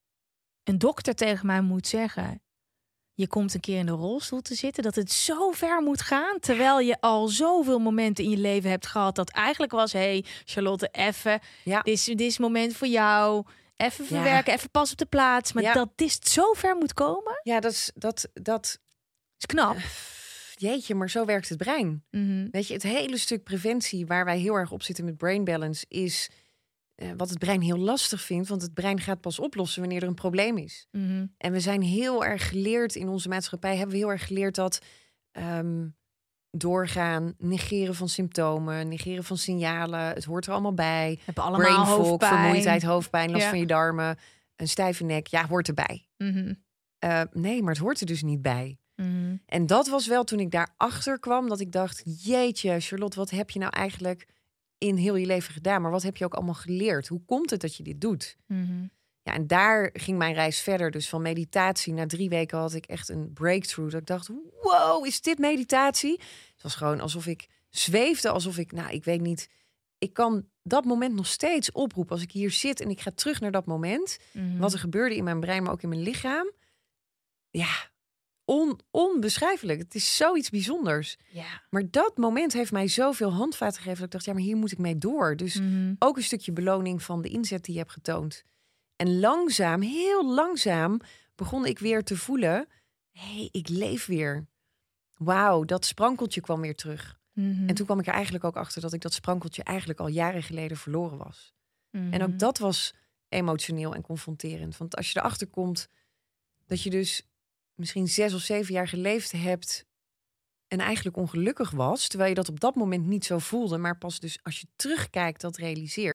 een dokter tegen mij moet zeggen... je komt een keer in de rolstoel te zitten... dat het zo ver moet gaan... terwijl je al zoveel momenten in je leven hebt gehad... dat eigenlijk was, hé, hey, Charlotte, even... Ja. Dit is, dit is moment voor jou... even verwerken, ja. even pas op de plaats... maar ja. dat dit zo ver moet komen... Ja, dat is, dat, dat... is knap. Uh, jeetje, maar zo werkt het brein. Mm-hmm. Weet je, het hele stuk preventie... waar wij heel erg op zitten met Brain Balance... is uh, wat het brein heel lastig vindt. Want het brein gaat pas oplossen wanneer er een probleem is. Mm-hmm. En we zijn heel erg geleerd in onze maatschappij. Hebben we heel erg geleerd dat um, doorgaan, negeren van symptomen, negeren van signalen. Het hoort er allemaal bij. Hebben allemaal Brain fog, hoofdpijn. vermoeidheid, hoofdpijn, last Ja. van je darmen, een stijve nek. Ja, hoort erbij. Mm-hmm. Uh, nee, maar het hoort er dus niet bij. Mm-hmm. En dat was wel toen ik daarachter kwam, dat ik dacht, jeetje, Charlotte, wat heb je nou eigenlijk in heel je leven gedaan? Maar wat heb je ook allemaal geleerd? Hoe komt het dat je dit doet? Mm-hmm. Ja, en daar ging mijn reis verder. Dus van meditatie, na drie weken had ik echt een breakthrough. Dat ik dacht, wow, is dit meditatie? Het was gewoon alsof ik zweefde, alsof ik, nou, ik weet niet. Ik kan dat moment nog steeds oproepen. Als ik hier zit en ik ga terug naar dat moment. Mm-hmm. Wat er gebeurde in mijn brein, maar ook in mijn lichaam. Ja, on, onbeschrijfelijk. Het is zoiets bijzonders. Ja. Maar dat moment heeft mij zoveel handvaten gegeven. Dat ik dacht, ja, maar hier moet ik mee door. Dus Mm-hmm. ook een stukje beloning van de inzet die je hebt getoond. En langzaam, heel langzaam, begon ik weer te voelen, hé, hey, ik leef weer. Wauw, dat sprankeltje kwam weer terug. Mm-hmm. En toen kwam ik er eigenlijk ook achter dat ik dat sprankeltje eigenlijk al jaren geleden verloren was. Mm-hmm. En ook dat was emotioneel en confronterend. Want als je erachter komt dat je dus misschien zes of zeven jaar geleefd hebt en eigenlijk ongelukkig was, terwijl je dat op dat moment niet zo voelde, maar pas dus als je terugkijkt dat realiseert.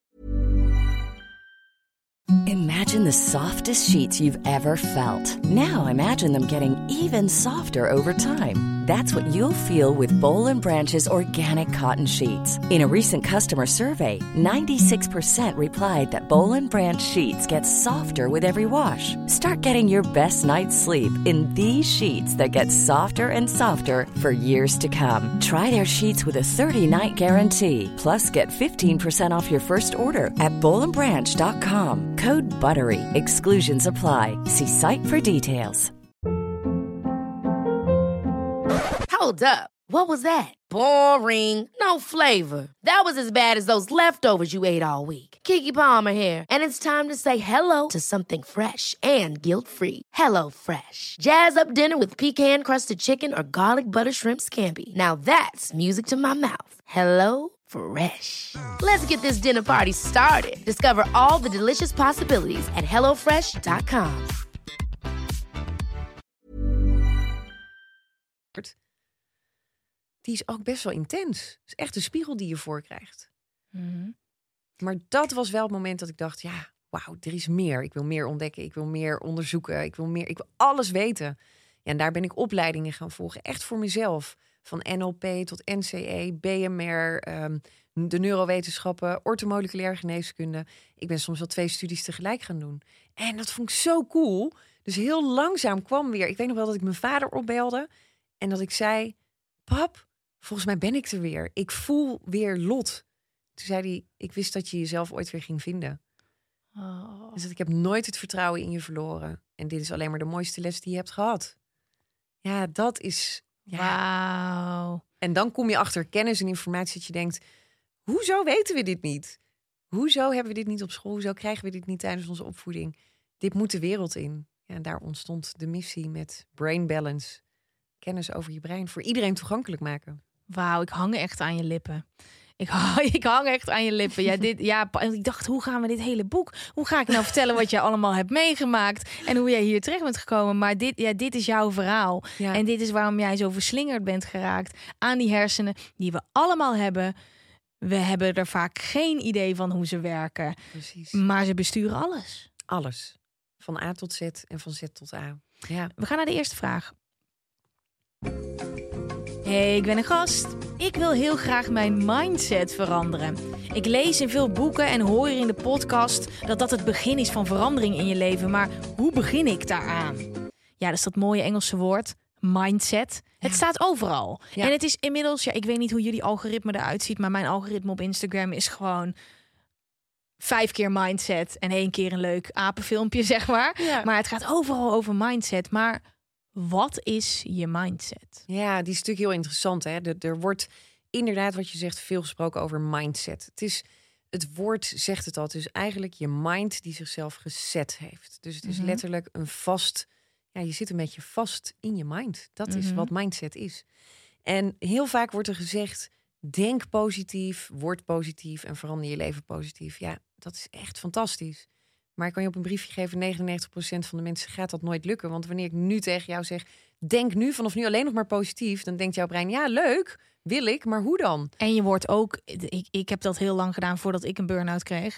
Imagine the softest sheets you've ever felt. Now imagine them getting even softer over time. That's what you'll feel with Boll and Branch's organic cotton sheets. In a recent customer survey, ninety-six percent replied that Boll and Branch sheets get softer with every wash. Start getting your best night's sleep in these sheets that get softer and softer for years to come. Try their sheets with a thirty-night guarantee. Plus, get fifteen percent off your first order at boll and branch dot com. Code BUTTERY. Exclusions apply. See site for details. Hold up. What was that? Boring. No flavor. That was as bad as those leftovers you ate all week. Keke Palmer here, and it's time to say hello to something fresh and guilt-free. Hello Fresh. Jazz up dinner with pecan-crusted chicken or garlic butter shrimp scampi. Now that's music to my mouth. Hello Fresh. Let's get this dinner party started. Discover all the delicious possibilities at hello fresh dot com. Die is ook best wel intens. Het is echt een spiegel die je voorkrijgt. Mm-hmm. Maar dat was wel het moment dat ik dacht, ja, wauw, er is meer. Ik wil meer ontdekken, ik wil meer onderzoeken, ik wil meer, ik wil alles weten. Ja, en daar ben ik opleidingen gaan volgen, echt voor mezelf. Van N L P tot N C E, B M R, um, de neurowetenschappen, orthomoleculaire geneeskunde. Ik ben soms wel twee studies tegelijk gaan doen. En dat vond ik zo cool. Dus heel langzaam kwam weer, ik weet nog wel dat ik mijn vader opbelde en dat ik zei, pap, volgens mij ben ik er weer. Ik voel weer Lot. Toen zei hij, ik wist dat je jezelf ooit weer ging vinden. Oh. Dus dat ik heb nooit het vertrouwen in je verloren. En dit is alleen maar de mooiste les die je hebt gehad. Ja, dat is... Ja. Wauw. En dan kom je achter kennis en informatie dat je denkt, hoezo weten we dit niet? Hoezo hebben we dit niet op school? Hoezo krijgen we dit niet tijdens onze opvoeding? Dit moet de wereld in. Ja, en daar ontstond de missie met Brain Balance. Kennis over je brein voor iedereen toegankelijk maken. Wauw, ik hang echt aan je lippen. Ik, ik hang echt aan je lippen. Ja, dit, ja, ik dacht, hoe gaan we dit hele boek... Hoe ga ik nou vertellen wat je allemaal hebt meegemaakt... en hoe jij hier terecht bent gekomen. Maar dit, ja, dit is jouw verhaal. Ja. En dit is waarom jij zo verslingerd bent geraakt... aan die hersenen die we allemaal hebben. We hebben er vaak geen idee van hoe ze werken. Precies. Maar ze besturen alles. Alles. Van A tot Z en van Z tot A. Ja. We gaan naar de eerste vraag. Hey, ik ben een gast. Ik wil heel graag mijn mindset veranderen. Ik lees in veel boeken en hoor hier in de podcast dat dat het begin is van verandering in je leven. Maar hoe begin ik daaraan? Ja, dat is dat mooie Engelse woord, mindset. Het Ja. staat overal. Ja. En het is inmiddels, ja, ik weet niet hoe jullie algoritme eruit ziet, maar mijn algoritme op Instagram is gewoon vijf keer mindset en één keer een leuk apenfilmpje, zeg maar. Ja. Maar het gaat overal over mindset. Maar wat is je mindset? Ja, die is natuurlijk heel interessant. Hè? Er, er wordt inderdaad, wat je zegt, veel gesproken over mindset. Het is, het woord zegt het al. Het is eigenlijk je mind die zichzelf gezet heeft. Dus het is Mhm. letterlijk een vast... Ja, je zit een beetje vast in je mind. Dat is Mhm. wat mindset is. En heel vaak wordt er gezegd, denk positief, word positief en verander je leven positief. Ja, dat is echt fantastisch. Maar ik kan je op een briefje geven, negenennegentig procent van de mensen gaat dat nooit lukken. Want wanneer ik nu tegen jou zeg, denk nu vanaf nu alleen nog maar positief, dan denkt jouw brein, ja leuk, wil ik, maar hoe dan? En je wordt ook, ik, ik heb dat heel lang gedaan voordat ik een burn-out kreeg.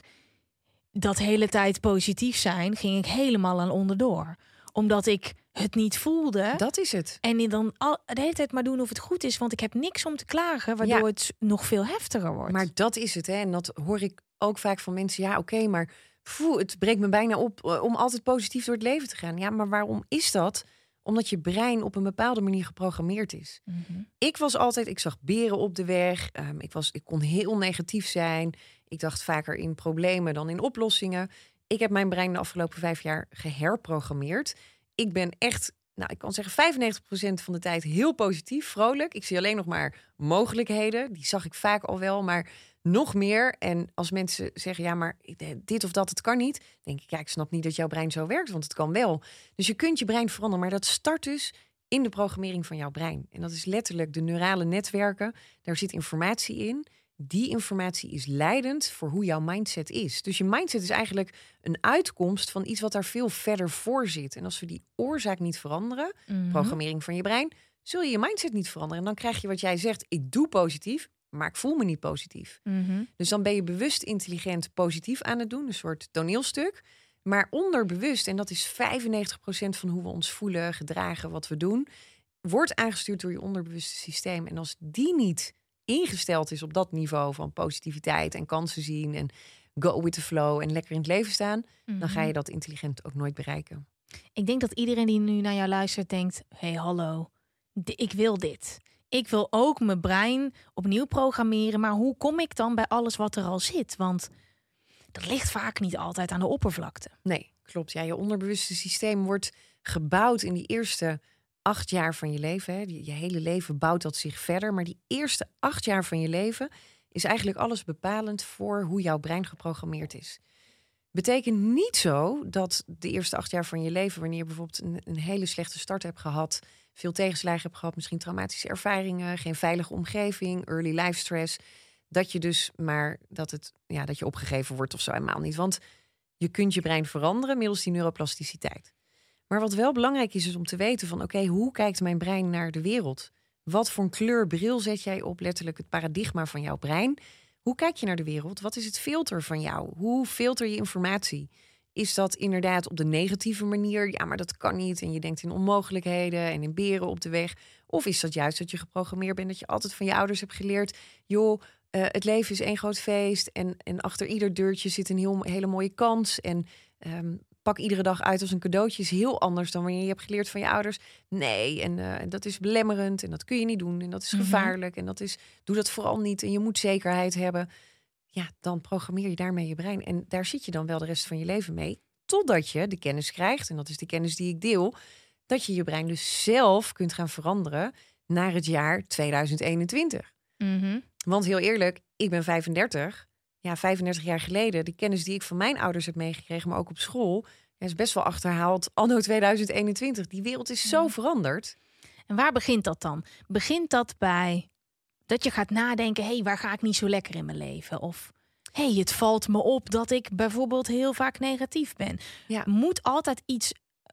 Dat hele tijd positief zijn, ging ik helemaal aan onderdoor. Omdat ik het niet voelde. Dat is het. En dan al, de hele tijd maar doen of het goed is. Want ik heb niks om te klagen, waardoor Ja. het nog veel heftiger wordt. Maar dat is het, hè? En dat hoor ik ook vaak van mensen. Ja, oké, okay, maar poeh, het breekt me bijna op uh, om altijd positief door het leven te gaan. Ja, maar waarom is dat? Omdat je brein op een bepaalde manier geprogrammeerd is. Mm-hmm. Ik was altijd, ik zag beren op de weg. Um, ik, was, ik kon heel negatief zijn. Ik dacht vaker in problemen dan in oplossingen. Ik heb mijn brein de afgelopen vijf jaar geherprogrammeerd. Ik ben echt, nou, ik kan zeggen vijfennegentig procent van de tijd heel positief, vrolijk. Ik zie alleen nog maar mogelijkheden. Die zag ik vaak al wel, maar nog meer. En als mensen zeggen, ja, maar dit of dat, het kan niet. Denk ik, ja, ik snap niet dat jouw brein zo werkt, want het kan wel. Dus je kunt je brein veranderen, maar dat start dus in de programmering van jouw brein. En dat is letterlijk de neurale netwerken. Daar zit informatie in. Die informatie is leidend voor hoe jouw mindset is. Dus je mindset is eigenlijk een uitkomst van iets wat daar veel verder voor zit. En als we die oorzaak niet veranderen, Mm-hmm. programmering van je brein, zul je je mindset niet veranderen. En dan krijg je wat jij zegt, ik doe positief, maar ik voel me niet positief. Mm-hmm. Dus dan ben je bewust intelligent positief aan het doen, een soort toneelstuk. Maar onderbewust, en dat is vijfennegentig procent van hoe we ons voelen, gedragen, wat we doen, wordt aangestuurd door je onderbewuste systeem. En als die niet ingesteld is op dat niveau van positiviteit en kansen zien en go with the flow en lekker in het leven staan, Mm-hmm. dan ga je dat intelligent ook nooit bereiken. Ik denk dat iedereen die nu naar jou luistert denkt, hé, hey, hallo, d- ik wil dit. Ik wil ook mijn brein opnieuw programmeren, maar hoe kom ik dan bij alles wat er al zit? Want dat ligt vaak niet altijd aan de oppervlakte. Nee, klopt. Ja, je onderbewuste systeem wordt gebouwd in die eerste acht jaar van je leven. Hè. Je hele leven bouwt dat zich verder. Maar die eerste acht jaar van je leven is eigenlijk alles bepalend voor hoe jouw brein geprogrammeerd is. Betekent niet zo dat de eerste acht jaar van je leven, wanneer je bijvoorbeeld een, een hele slechte start hebt gehad, veel tegenslagen hebt gehad, misschien traumatische ervaringen, geen veilige omgeving, early life stress, dat je dus maar dat het ja dat je opgegeven wordt of zo, helemaal niet. Want je kunt je brein veranderen middels die neuroplasticiteit. Maar wat wel belangrijk is, is om te weten van oké, okay, hoe kijkt mijn brein naar de wereld? Wat voor een kleurbril zet jij op, letterlijk het paradigma van jouw brein? Hoe kijk je naar de wereld? Wat is het filter van jou? Hoe filter je informatie? Is dat inderdaad op de negatieve manier? Ja, maar dat kan niet. En je denkt in onmogelijkheden en in beren op de weg. Of is dat juist dat je geprogrammeerd bent, dat je altijd van je ouders hebt geleerd, joh, uh, het leven is één groot feest. En, en achter ieder deurtje zit een heel, hele mooie kans. En um, pak iedere dag uit als een cadeautje, is heel anders dan wanneer je hebt geleerd van je ouders. Nee, en uh, dat is belemmerend en dat kun je niet doen. En dat is gevaarlijk en dat is, doe dat vooral niet. En je moet zekerheid hebben. Ja, dan programmeer je daarmee je brein. En daar zit je dan wel de rest van je leven mee. Totdat je de kennis krijgt, en dat is de kennis die ik deel, dat je je brein dus zelf kunt gaan veranderen naar het jaar tweeduizend eenentwintig. Mm-hmm. Want heel eerlijk, ik ben vijfendertig. Ja, vijfendertig jaar geleden, de kennis die ik van mijn ouders heb meegekregen, maar ook op school, is best wel achterhaald anno tweeduizend eenentwintig. Die wereld is zo veranderd. En waar begint dat dan? Begint dat bij dat je gaat nadenken, hé, hey, waar ga ik niet zo lekker in mijn leven? Of hé, hey, het valt me op dat ik bijvoorbeeld heel vaak negatief ben. Ja. Moet altijd iets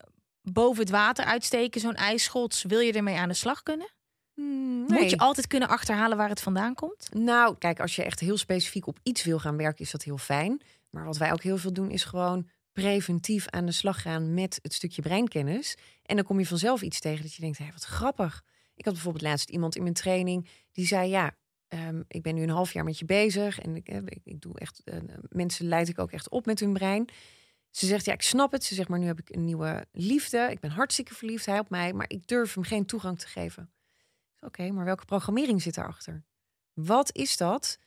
boven het water uitsteken, zo'n ijsschots, wil je ermee aan de slag kunnen? Hmm, nee. Moet je altijd kunnen achterhalen waar het vandaan komt? Nou, kijk, als je echt heel specifiek op iets wil gaan werken, is dat heel fijn. Maar wat wij ook heel veel doen, is gewoon preventief aan de slag gaan met het stukje breinkennis. En dan kom je vanzelf iets tegen dat je denkt, hé, wat grappig. Ik had bijvoorbeeld laatst iemand in mijn training die zei, ja, um, ik ben nu een half jaar met je bezig. En ik, ik, ik doe echt, uh, mensen leid ik ook echt op met hun brein. Ze zegt, ja, ik snap het. Ze zegt, maar nu heb ik een nieuwe liefde. Ik ben hartstikke verliefd, hij op mij. Maar ik durf hem geen toegang te geven. Oké, okay, maar welke programmering zit daarachter? Wat is dat?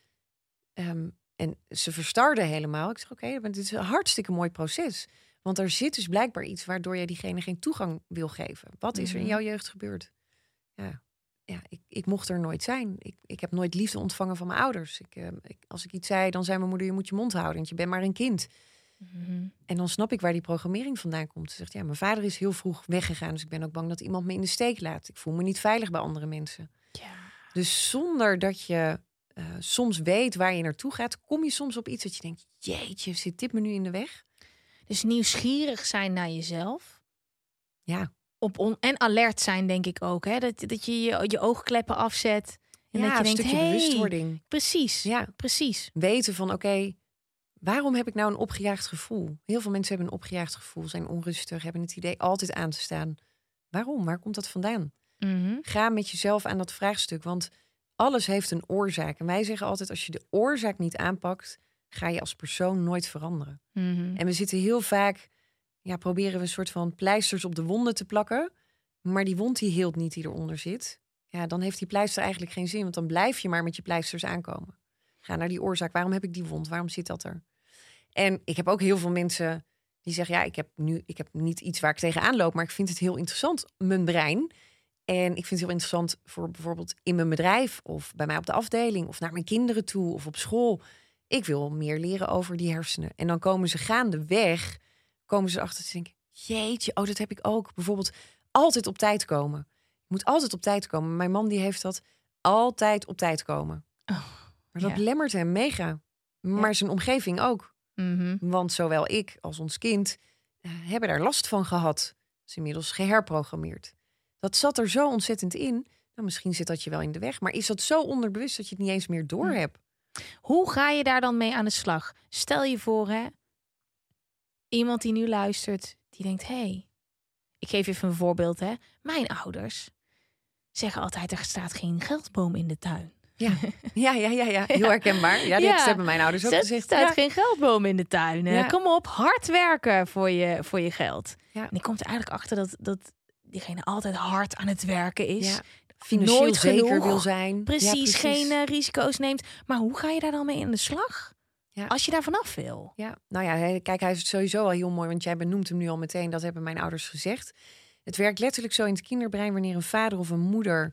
Um, en ze verstarde helemaal. Ik zeg, oké, okay, dit is een hartstikke mooi proces. Want er zit dus blijkbaar iets waardoor jij diegene geen toegang wil geven. Wat is er in jouw jeugd gebeurd? Ja, ja ik, ik mocht er nooit zijn. Ik, ik heb nooit liefde ontvangen van mijn ouders. Ik, uh, ik, als ik iets zei, dan zei mijn moeder, je moet je mond houden, want je bent maar een kind. Mm-hmm. En dan snap ik waar die programmering vandaan komt. Ze zegt, ja, mijn vader is heel vroeg weggegaan, dus ik ben ook bang dat iemand me in de steek laat. Ik voel me niet veilig bij andere mensen. Ja. Dus zonder dat je uh, soms weet waar je naartoe gaat, kom je soms op iets dat je denkt, jeetje, zit dit me nu in de weg? Dus nieuwsgierig zijn naar jezelf. Ja. Op on- en alert zijn, denk ik ook. Hè? Dat, dat je, je je oogkleppen afzet. En ja, dat je een denkt, stukje hey, bewustwording. Precies, ja. precies. Weten van, oké, okay, waarom heb ik nou een opgejaagd gevoel? Heel veel mensen hebben een opgejaagd gevoel, zijn onrustig, hebben het idee altijd aan te staan. Waarom? Waar komt dat vandaan? Mm-hmm. Ga met jezelf aan dat vraagstuk, want alles heeft een oorzaak. En wij zeggen altijd, als je de oorzaak niet aanpakt, ga je als persoon nooit veranderen. Mm-hmm. En we zitten heel vaak, ja, proberen we een soort van pleisters op de wonden te plakken. Maar die wond die heelt niet die eronder zit. Ja, dan heeft die pleister eigenlijk geen zin, want dan blijf je maar met je pleisters aankomen. Ga naar die oorzaak. Waarom heb ik die wond? Waarom zit dat er? En ik heb ook heel veel mensen die zeggen, ja, ik heb nu, ik heb niet iets waar ik tegenaan loop, maar ik vind het heel interessant, mijn brein. En ik vind het heel interessant voor bijvoorbeeld in mijn bedrijf of bij mij op de afdeling of naar mijn kinderen toe of op school. Ik wil meer leren over die hersenen. En dan komen ze gaandeweg, komen ze achter te denken, jeetje, oh, dat heb ik ook. Bijvoorbeeld altijd op tijd komen. Je moet altijd op tijd komen. Mijn man die heeft dat altijd op tijd komen. Oh, maar dat ja. belemmert hem mega. Maar ja. zijn omgeving ook. Mm-hmm. Want zowel ik als ons kind uh, hebben daar last van gehad. Dat is inmiddels geherprogrammeerd. Dat zat er zo ontzettend in. Nou, misschien zit dat je wel in de weg. Maar is dat zo onderbewust dat je het niet eens meer door hebt? Hoe ga je daar dan mee aan de slag? Stel je voor, hè, iemand die nu luistert, die denkt, hé, hey, ik geef je even een voorbeeld, hè. Mijn ouders zeggen altijd, er staat geen geldboom in de tuin. Ja, ja, ja, ja, ja. Heel herkenbaar. Ja, die ja. hebben mijn ouders ook er gezegd. Er staat ja. geen geldboom in de tuin. Ja. Kom op, hard werken voor je, voor je geld. Ja. En ik kom er eigenlijk achter dat, dat diegene altijd hard aan het werken is. Ja. Financieel Nooit zeker genoeg. wil zijn. Precies, ja, precies. geen uh, risico's neemt. Maar hoe ga je daar dan mee aan de slag? Ja. Als je daar vanaf wil. Ja, nou ja, hij, kijk, hij is sowieso al heel mooi, want jij benoemt hem nu al meteen. Dat hebben mijn ouders gezegd. Het werkt letterlijk zo in het kinderbrein wanneer een vader of een moeder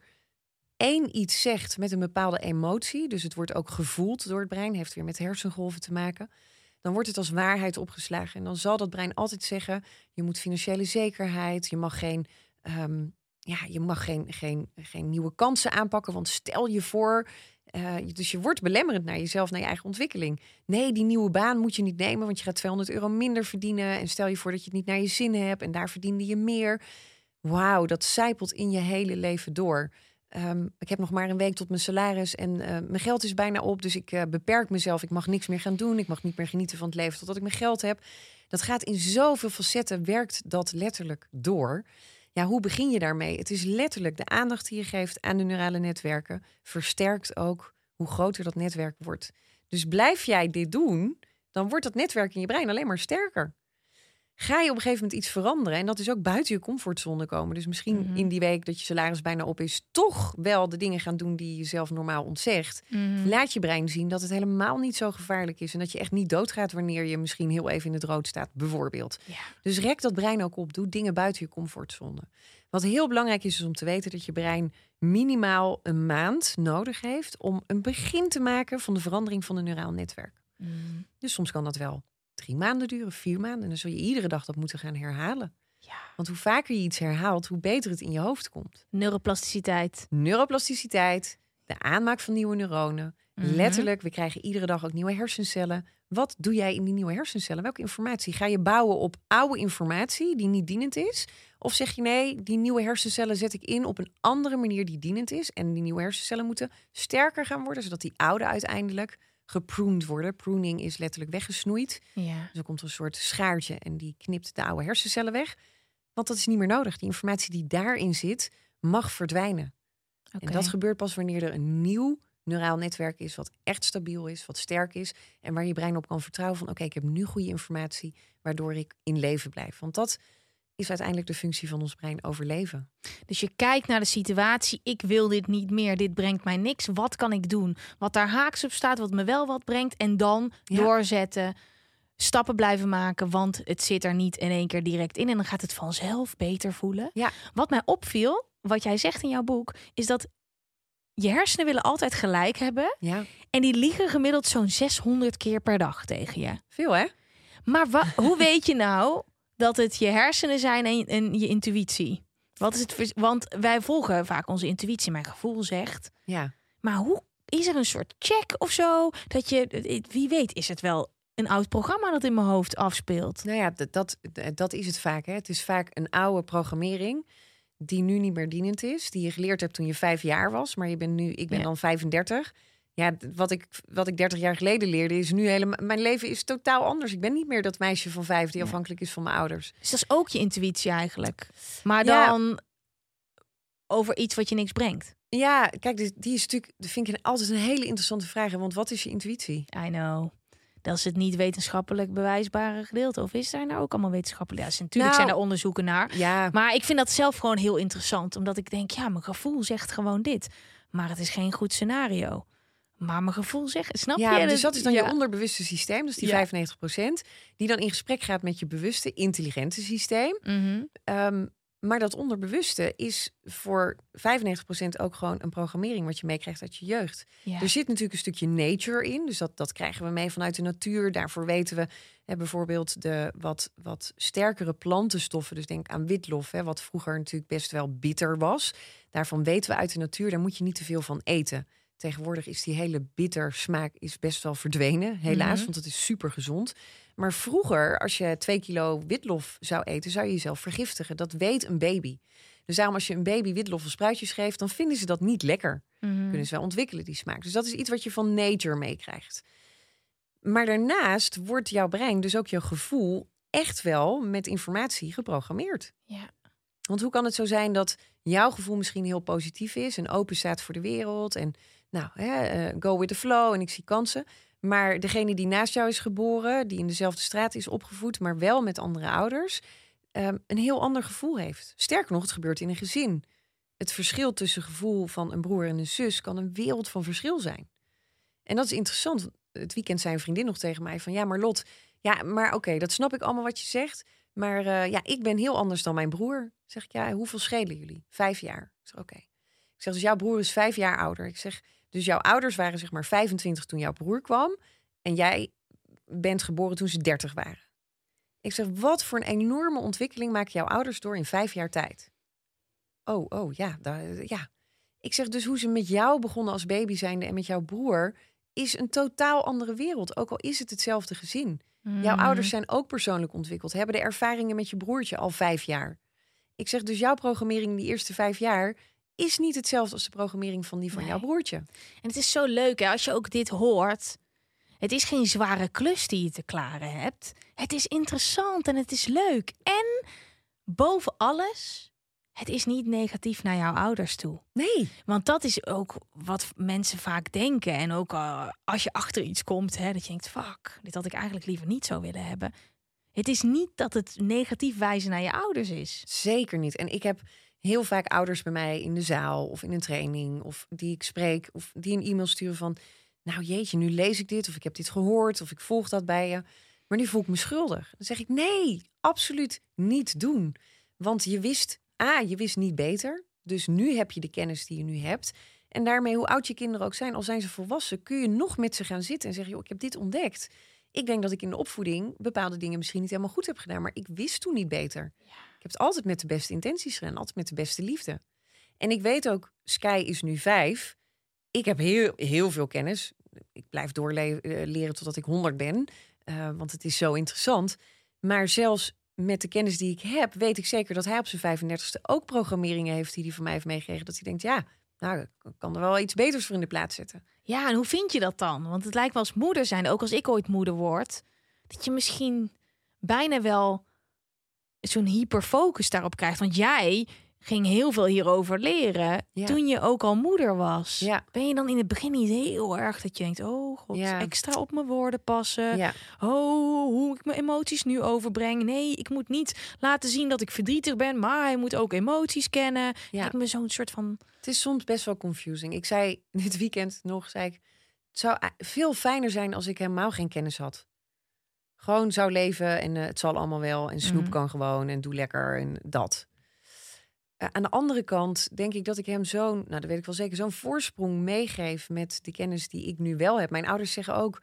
één iets zegt met een bepaalde emotie. Dus het wordt ook gevoeld door het brein, heeft weer met hersengolven te maken. Dan wordt het als waarheid opgeslagen. En dan zal dat brein altijd zeggen, je moet financiële zekerheid, je mag geen, um, ja, je mag geen, geen, geen nieuwe kansen aanpakken, want stel je voor. Uh, dus je wordt belemmerend naar jezelf, naar je eigen ontwikkeling. Nee, die nieuwe baan moet je niet nemen, want je gaat tweehonderd euro minder verdienen. En stel je voor dat je het niet naar je zin hebt en daar verdiende je meer. Wauw, dat zijpelt in je hele leven door. Um, ik heb nog maar een week tot mijn salaris en uh, mijn geld is bijna op. Dus ik uh, beperk mezelf. Ik mag niks meer gaan doen. Ik mag niet meer genieten van het leven totdat ik mijn geld heb. Dat gaat in zoveel facetten, werkt dat letterlijk door. Ja, hoe begin je daarmee? Het is letterlijk de aandacht die je geeft aan de neurale netwerken versterkt ook hoe groter dat netwerk wordt. Dus blijf jij dit doen, dan wordt dat netwerk in je brein alleen maar sterker. Ga je op een gegeven moment iets veranderen, en dat is ook buiten je comfortzone komen. Dus misschien mm-hmm. in die week dat je salaris bijna op is, toch wel de dingen gaan doen die je zelf normaal ontzegt. Mm-hmm. Laat je brein zien dat het helemaal niet zo gevaarlijk is en dat je echt niet doodgaat wanneer je misschien heel even in het rood staat, bijvoorbeeld. Ja. Dus rek dat brein ook op. Doe dingen buiten je comfortzone. Wat heel belangrijk is, is om te weten dat je brein minimaal een maand nodig heeft om een begin te maken van de verandering van een neuraal netwerk. Mm. Dus soms kan dat wel drie maanden duren, vier maanden. En dan zul je iedere dag dat moeten gaan herhalen. Ja. Want hoe vaker je iets herhaalt, hoe beter het in je hoofd komt. Neuroplasticiteit. Neuroplasticiteit, de aanmaak van nieuwe neuronen. Mm-hmm. Letterlijk, we krijgen iedere dag ook nieuwe hersencellen. Wat doe jij in die nieuwe hersencellen? Welke informatie? Ga je bouwen op oude informatie die niet dienend is? Of zeg je nee, die nieuwe hersencellen zet ik in op een andere manier die dienend is. En die nieuwe hersencellen moeten sterker gaan worden, zodat die oude uiteindelijk gepruned worden. Pruning is letterlijk weggesnoeid. Ja. Dus dan komt er een soort schaartje en die knipt de oude hersencellen weg. Want dat is niet meer nodig. Die informatie die daarin zit, mag verdwijnen. Okay. En dat gebeurt pas wanneer er een nieuw neuraal netwerk is wat echt stabiel is, wat sterk is en waar je brein op kan vertrouwen van oké, okay, ik heb nu goede informatie waardoor ik in leven blijf. Want dat is uiteindelijk de functie van ons brein, overleven. Dus je kijkt naar de situatie, ik wil dit niet meer, dit brengt mij niks. Wat kan ik doen? Wat daar haaks op staat, wat me wel wat brengt en dan ja. doorzetten, stappen blijven maken, want het zit er niet in één keer direct in en dan gaat het vanzelf beter voelen. Ja. Wat mij opviel, wat jij zegt in jouw boek, is dat je hersenen willen altijd gelijk hebben. Ja. En die liegen gemiddeld zo'n zeshonderd keer per dag tegen je. Veel, hè? Maar wa- hoe weet je nou dat het je hersenen zijn en, en je intuïtie? Wat is het? Want wij volgen vaak onze intuïtie. Mijn gevoel zegt. Ja. Maar hoe is er een soort check of zo? Dat je, wie weet, is het wel een oud programma dat in mijn hoofd afspeelt? Nou ja, dat, dat, dat is het vaak. Hè. Het is vaak een oude programmering die nu niet meer dienend is. Die je geleerd hebt toen je vijf jaar was. Maar je bent nu, ik ben Ja. dan vijfendertig. Ja, wat ik, wat ik dertig jaar geleden leerde is nu helemaal... Mijn leven is totaal anders. Ik ben niet meer dat meisje van vijf die Ja. afhankelijk is van mijn ouders. Dus dat is ook je intuïtie eigenlijk. Maar Ja. dan over iets wat je niks brengt. Ja, kijk, die, die is natuurlijk... Dat vind ik altijd een hele interessante vraag. Want wat is je intuïtie? I know. Dat is het niet wetenschappelijk bewijsbare gedeelte. Of is daar nou ook allemaal wetenschappelijk? Ja, natuurlijk Nou, zijn er onderzoeken naar. Ja, Maar ik vind dat zelf gewoon heel interessant. Omdat ik denk, ja, mijn gevoel zegt gewoon dit. Maar het is geen goed scenario. Maar mijn gevoel zegt, snap ja je? dus dat is dan ja. je onderbewuste systeem. Dus die Ja. vijfennegentig procent. Die dan in gesprek gaat met je bewuste, intelligente systeem. Mhm. Um, maar dat onderbewuste is voor vijfennegentig procent ook gewoon een programmering wat je meekrijgt uit je jeugd. Ja. Er zit natuurlijk een stukje nature in, dus dat, dat krijgen we mee vanuit de natuur. Daarvoor weten we hè, bijvoorbeeld de wat, wat sterkere plantenstoffen. Dus denk aan witlof, hè, wat vroeger natuurlijk best wel bitter was. Daarvan weten we uit de natuur, daar moet je niet te veel van eten. Tegenwoordig is die hele bitter smaak is best wel verdwenen, helaas, Mhm. want het is super gezond. Maar vroeger, als je twee kilo witlof zou eten, zou je jezelf vergiftigen. Dat weet een baby. Dus daarom als je een baby witlof of spruitjes geeft, dan vinden ze dat niet lekker. Mhm. Kunnen ze wel ontwikkelen, die smaak. Dus dat is iets wat je van nature meekrijgt. Maar daarnaast wordt jouw brein, dus ook jouw gevoel, echt wel met informatie geprogrammeerd. Ja. Want hoe kan het zo zijn dat jouw gevoel misschien heel positief is en open staat voor de wereld en nou, hè, eh, go with the flow en ik zie kansen. Maar degene die naast jou is geboren, die in dezelfde straat is opgevoed, maar wel met andere ouders, um, een heel ander gevoel heeft. Sterker nog, het gebeurt in een gezin. Het verschil tussen gevoel van een broer en een zus kan een wereld van verschil zijn. En dat is interessant. Het weekend zei een vriendin nog tegen mij van, ja, maar Lot, ja, maar oké, okay, dat snap ik allemaal wat je zegt. Maar uh, ja, ik ben heel anders dan mijn broer. Zeg ik, ja, hoeveel schelen jullie? Vijf jaar. Ik zeg, oké. Okay. Ik zeg, dus jouw broer is vijf jaar ouder. Ik zeg, dus jouw ouders waren zeg maar vijfentwintig toen jouw broer kwam. En jij bent geboren toen ze dertig waren. Ik zeg, wat voor een enorme ontwikkeling maken jouw ouders door in vijf jaar tijd? Oh, oh, ja, da, ja. Ik zeg, dus hoe ze met jou begonnen als baby zijnde en met jouw broer is een totaal andere wereld. Ook al is het hetzelfde gezin. Mm. Jouw ouders zijn ook persoonlijk ontwikkeld. Hebben de ervaringen met je broertje al vijf jaar. Ik zeg, dus jouw programmering die eerste vijf jaar is niet hetzelfde als de programmering van die van Nee. jouw broertje. En het is zo leuk hè, als je ook dit hoort. Het is geen zware klus die je te klaren hebt. Het is interessant en het is leuk. En boven alles, het is niet negatief naar jouw ouders toe. Nee. Want dat is ook wat mensen vaak denken. En ook uh, als je achter iets komt, hè, dat je denkt, fuck, dit had ik eigenlijk liever niet zo willen hebben. Het is niet dat het negatief wijzen naar je ouders is. Zeker niet. En ik heb heel vaak ouders bij mij in de zaal of in een training of die ik spreek of die een e-mail sturen van, nou jeetje, nu lees ik dit of ik heb dit gehoord of ik volg dat bij je. Maar nu voel ik me schuldig. Dan zeg ik, nee, absoluut niet doen. Want je wist, A, je wist niet beter. Dus nu heb je de kennis die je nu hebt. En daarmee, hoe oud je kinderen ook zijn, al zijn ze volwassen, kun je nog met ze gaan zitten en zeggen, joh, ik heb dit ontdekt. Ik denk dat ik in de opvoeding bepaalde dingen misschien niet helemaal goed heb gedaan, maar ik wist toen niet beter. Ja. Ik heb het altijd met de beste intenties gedaan, altijd met de beste liefde. En ik weet ook, Sky is nu vijf. Ik heb heel, heel veel kennis. Ik blijf doorleren totdat ik honderd ben, uh, want het is zo interessant. Maar zelfs met de kennis die ik heb, weet ik zeker dat hij op zijn vijfendertigste ook programmeringen heeft die hij van mij heeft meegekregen. Dat hij denkt, ja, nou, ik kan er wel iets beters voor in de plaats zetten. Ja, en hoe vind je dat dan? Want het lijkt me als moeder zijn, ook als ik ooit moeder word, dat je misschien bijna wel zo'n hyperfocus daarop krijgt. Want jij ging heel veel hierover leren ja. toen je ook al moeder was. Ja. Ben je dan in het begin niet heel erg dat je denkt, oh god, ja. extra op mijn woorden passen. Ja. Oh, hoe ik mijn emoties nu overbreng. Nee, ik moet niet laten zien dat ik verdrietig ben, maar hij moet ook emoties kennen. Ja. Ik me zo'n soort van... Het is soms best wel confusing. Ik zei dit weekend nog, zei ik, het zou veel fijner zijn als ik helemaal geen kennis had. Gewoon zou leven en uh, het zal allemaal wel. En snoep mm. kan gewoon en doe lekker en dat. Uh, aan de andere kant denk ik dat ik hem zo'n, nou dat weet ik wel zeker, zo'n voorsprong meegeef met de kennis die ik nu wel heb. Mijn ouders zeggen ook,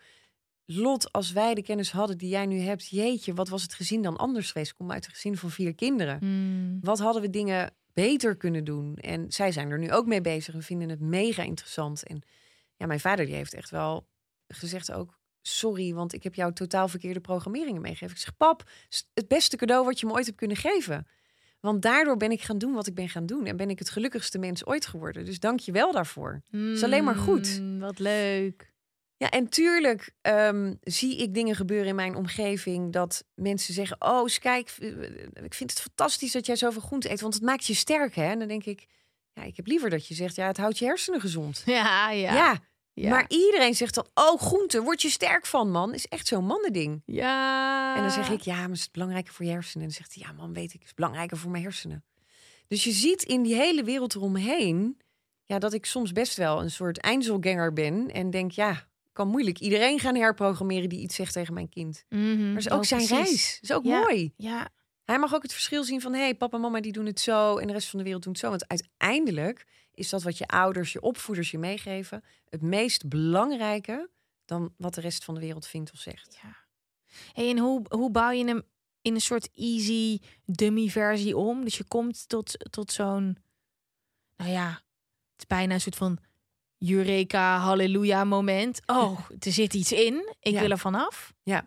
Lot, als wij de kennis hadden die jij nu hebt, jeetje, wat was het gezin dan anders geweest? Ik kom uit een gezin van vier kinderen. Mm. Wat hadden we dingen beter kunnen doen? En zij zijn er nu ook mee bezig en vinden het mega interessant. En Ja, mijn vader die heeft echt wel gezegd ook... sorry, want ik heb jou totaal verkeerde programmeringen meegegeven. Ik zeg, pap, het beste cadeau wat je me ooit hebt kunnen geven. Want daardoor ben ik gaan doen wat ik ben gaan doen. En ben ik het gelukkigste mens ooit geworden. Dus dank je wel daarvoor. Het mm, is alleen maar goed. Wat leuk. Ja, en tuurlijk um, zie ik dingen gebeuren in mijn omgeving... dat mensen zeggen, oh, kijk, ik vind het fantastisch dat jij zoveel groente eet... want het maakt je sterk, hè? En dan denk ik, ja, ik heb liever dat je zegt... ja, het houdt je hersenen gezond. Ja, ja. Ja, ja. Maar iedereen zegt dan, oh, groente, word je sterk van, man. Is echt zo'n mannending. Ja. En dan zeg ik, ja, maar is het belangrijker voor je hersenen? En dan zegt hij, ja, man, weet ik, is het belangrijker voor mijn hersenen. Dus je ziet in die hele wereld eromheen... ja, dat ik soms best wel een soort Einzelganger ben... en denk, ja... kan moeilijk iedereen gaan herprogrammeren die iets zegt tegen mijn kind. Mm-hmm. Maar het is ook oh, zijn precies. reis. Het is ook ja. mooi. Ja. Hij mag ook het verschil zien van... hé, hey, papa en mama die doen het zo... en de rest van de wereld doet het zo. Want uiteindelijk is dat wat je ouders, je opvoeders je meegeven... het meest belangrijke dan wat de rest van de wereld vindt of zegt. Ja. Hey, en hoe, hoe bouw je hem in een soort easy dummy versie om? Dus je komt tot, tot zo'n... nou ja, het is bijna een soort van... Eureka, halleluja moment. Oh, er zit iets in. Ik ja. wil er vanaf. Ja.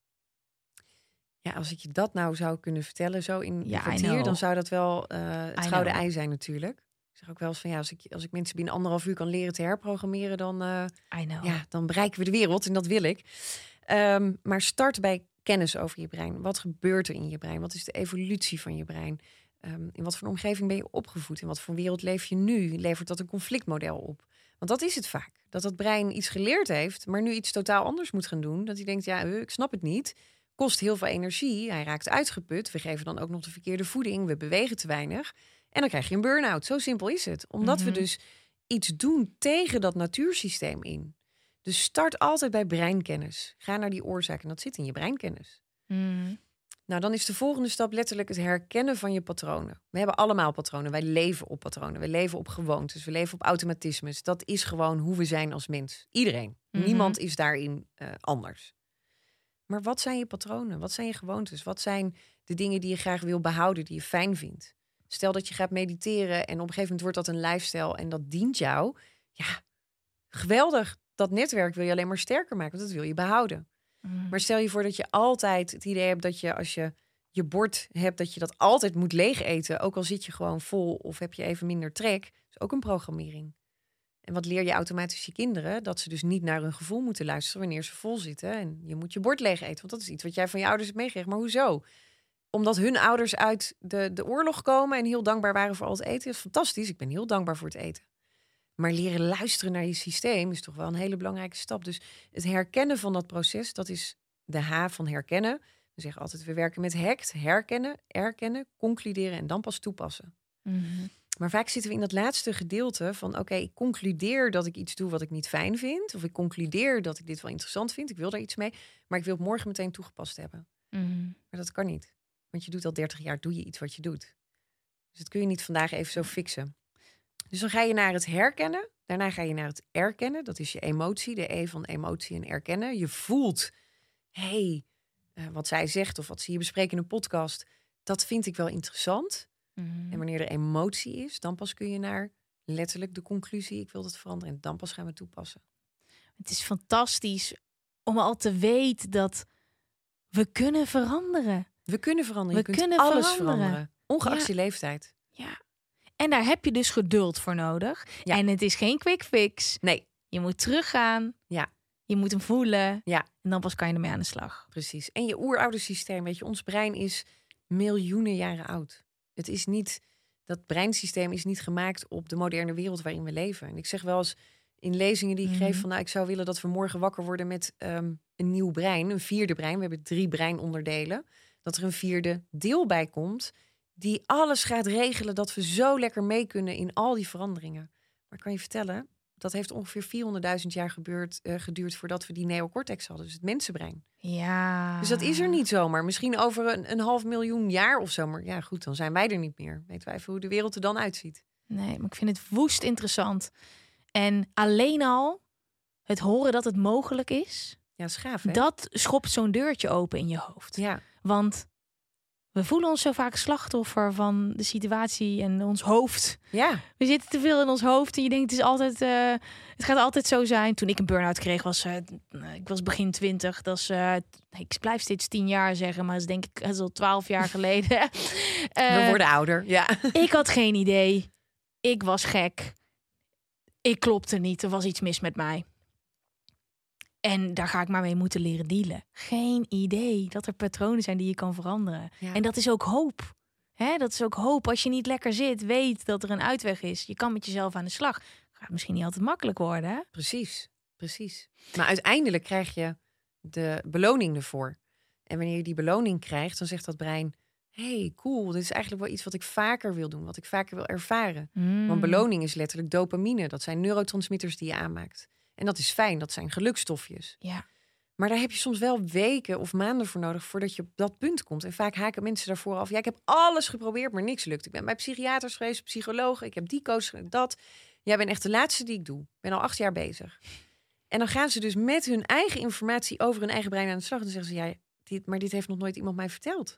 Ja, als ik je dat nou zou kunnen vertellen, zo in Ja, een kwartier, dan zou dat wel uh, het I gouden know. ei zijn natuurlijk. Ik zeg ook wel eens van ja, als ik, als ik mensen binnen anderhalf uur kan leren te herprogrammeren, dan, uh, I know. ja, dan bereiken we de wereld en dat wil ik. Um, maar start bij kennis over je brein. Wat gebeurt er in je brein? Wat is de evolutie van je brein? Um, in wat voor een omgeving ben je opgevoed? In wat voor wereld leef je nu? Levert dat een conflictmodel op? Want dat is het vaak. Dat dat brein iets geleerd heeft, maar nu iets totaal anders moet gaan doen. Dat hij denkt, ja, ik snap het niet. Kost heel veel energie. Hij raakt uitgeput. We geven dan ook nog de verkeerde voeding. We bewegen te weinig. En dan krijg je een burn-out. Zo simpel is het. Omdat mm-hmm. we dus iets doen tegen dat natuursysteem in. Dus start altijd bij breinkennis. Ga naar die oorzaak en dat zit in je breinkennis. Mm. Nou, dan is de volgende stap letterlijk het herkennen van je patronen. We hebben allemaal patronen. Wij leven op patronen. We leven op gewoontes. We leven op automatismes. Dat is gewoon hoe we zijn als mens. Iedereen. Mm-hmm. Niemand is daarin uh, anders. Maar wat zijn je patronen? Wat zijn je gewoontes? Wat zijn de dingen die je graag wil behouden, die je fijn vindt? Stel dat je gaat mediteren en op een gegeven moment wordt dat een lifestyle en dat dient jou. Ja, geweldig. Dat netwerk wil je alleen maar sterker maken, want dat wil je behouden. Mm. Maar stel je voor dat je altijd het idee hebt dat je als je je bord hebt, dat je dat altijd moet leeg eten. Ook al zit je gewoon vol of heb je even minder trek. Dat is ook een programmering. En wat leer je automatisch je kinderen? Dat ze dus niet naar hun gevoel moeten luisteren wanneer ze vol zitten. En je moet je bord leeg eten. Want dat is iets wat jij van je ouders hebt meegekregen. Maar hoezo? Omdat hun ouders uit de, de oorlog komen en heel dankbaar waren voor al het eten. Dat is fantastisch. Ik ben heel dankbaar voor het eten. Maar leren luisteren naar je systeem is toch wel een hele belangrijke stap. Dus het herkennen van dat proces, dat is de H van herkennen. We zeggen altijd, we werken met hackt, herkennen, erkennen, concluderen en dan pas toepassen. Mm-hmm. Maar vaak zitten we in dat laatste gedeelte van... oké, okay, ik concludeer dat ik iets doe wat ik niet fijn vind. Of ik concludeer dat ik dit wel interessant vind. Ik wil daar iets mee. Maar ik wil het morgen meteen toegepast hebben. Mm-hmm. Maar dat kan niet. Want je doet al dertig jaar, doe je iets wat je doet. Dus dat kun je niet vandaag even zo fixen. Dus dan ga je naar het herkennen. Daarna ga je naar het erkennen. Dat is je emotie, de E van emotie en erkennen. Je voelt, hé, hey, uh, wat zij zegt of wat ze hier bespreken in een podcast... dat vind ik wel interessant... Mm-hmm. En wanneer er emotie is, dan pas kun je naar letterlijk de conclusie... ik wil dat veranderen en dan pas gaan we toepassen. Het is fantastisch om al te weten dat we kunnen veranderen. We kunnen veranderen. We je kunt kunnen alles veranderen. veranderen. Ongeacht Ja. je leeftijd. Ja. En daar heb je dus geduld voor nodig. Ja. En het is geen quick fix. Nee. Je moet teruggaan. Ja. Je moet hem voelen. Ja. En dan pas kan je ermee aan de slag. Precies. En je oeroude systeem, weet je, ons brein is miljoenen jaren oud. Het is niet, dat breinsysteem is niet gemaakt op de moderne wereld waarin we leven. En ik zeg wel eens in lezingen die ik Mm-hmm. geef van, nou, ik zou willen dat we morgen wakker worden met um, een nieuw brein, een vierde brein. We hebben drie breinonderdelen. Dat er een vierde deel bij komt die alles gaat regelen, dat we zo lekker mee kunnen in al die veranderingen. Maar ik kan je vertellen, dat heeft ongeveer vierhonderdduizend jaar gebeurd, uh, geduurd voordat we die neocortex hadden, dus het mensenbrein. Ja. Dus dat is er niet zomaar. Misschien over een, een half miljoen jaar of zo. Maar ja, goed, dan zijn wij er niet meer. Weten wij even hoe de wereld er dan uitziet. Nee, maar ik vind het woest interessant. En alleen al het horen dat het mogelijk is... Ja, schaaf, hè? dat schopt zo'n deurtje open in je hoofd. Ja. Want We voelen ons zo vaak slachtoffer van de situatie en ons hoofd. Ja. We zitten te veel in ons hoofd en je denkt, het is altijd, uh, het gaat altijd zo zijn. Toen ik een burn-out kreeg, was uh, ik was begin twintig. Dat is, uh, ik blijf steeds tien jaar zeggen, maar dat is denk ik dat is al twaalf jaar geleden. uh, We worden ouder. Ja. Ik had geen idee. Ik was gek. Ik klopte niet. Er was iets mis met mij. En daar ga ik maar mee moeten leren dealen. Geen idee dat er patronen zijn die je kan veranderen. Ja. En dat is ook hoop. Hè, dat is ook hoop. Als je niet lekker zit, weet dat er een uitweg is. Je kan met jezelf aan de slag. Gaat misschien niet altijd makkelijk worden. Hè? Precies, precies. Maar uiteindelijk krijg je de beloning ervoor. En wanneer je die beloning krijgt, dan zegt dat brein... hey, cool, dit is eigenlijk wel iets wat ik vaker wil doen. Wat ik vaker wil ervaren. Mm. Want beloning is letterlijk dopamine. Dat zijn neurotransmitters die je aanmaakt. En dat is fijn, dat zijn gelukstofjes. Ja. Maar daar heb je soms wel weken of maanden voor nodig voordat je op dat punt komt. En vaak haken mensen daarvoor af. Ja, ik heb alles geprobeerd, maar niks lukt. Ik ben bij psychiaters geweest, psycholoog. Ik heb die coach, dat. Jij bent echt de laatste die ik doe. Ik ben al acht jaar bezig. En dan gaan ze dus met hun eigen informatie over hun eigen brein aan de slag. En dan zeggen ze, ja, dit, maar dit heeft nog nooit iemand mij verteld.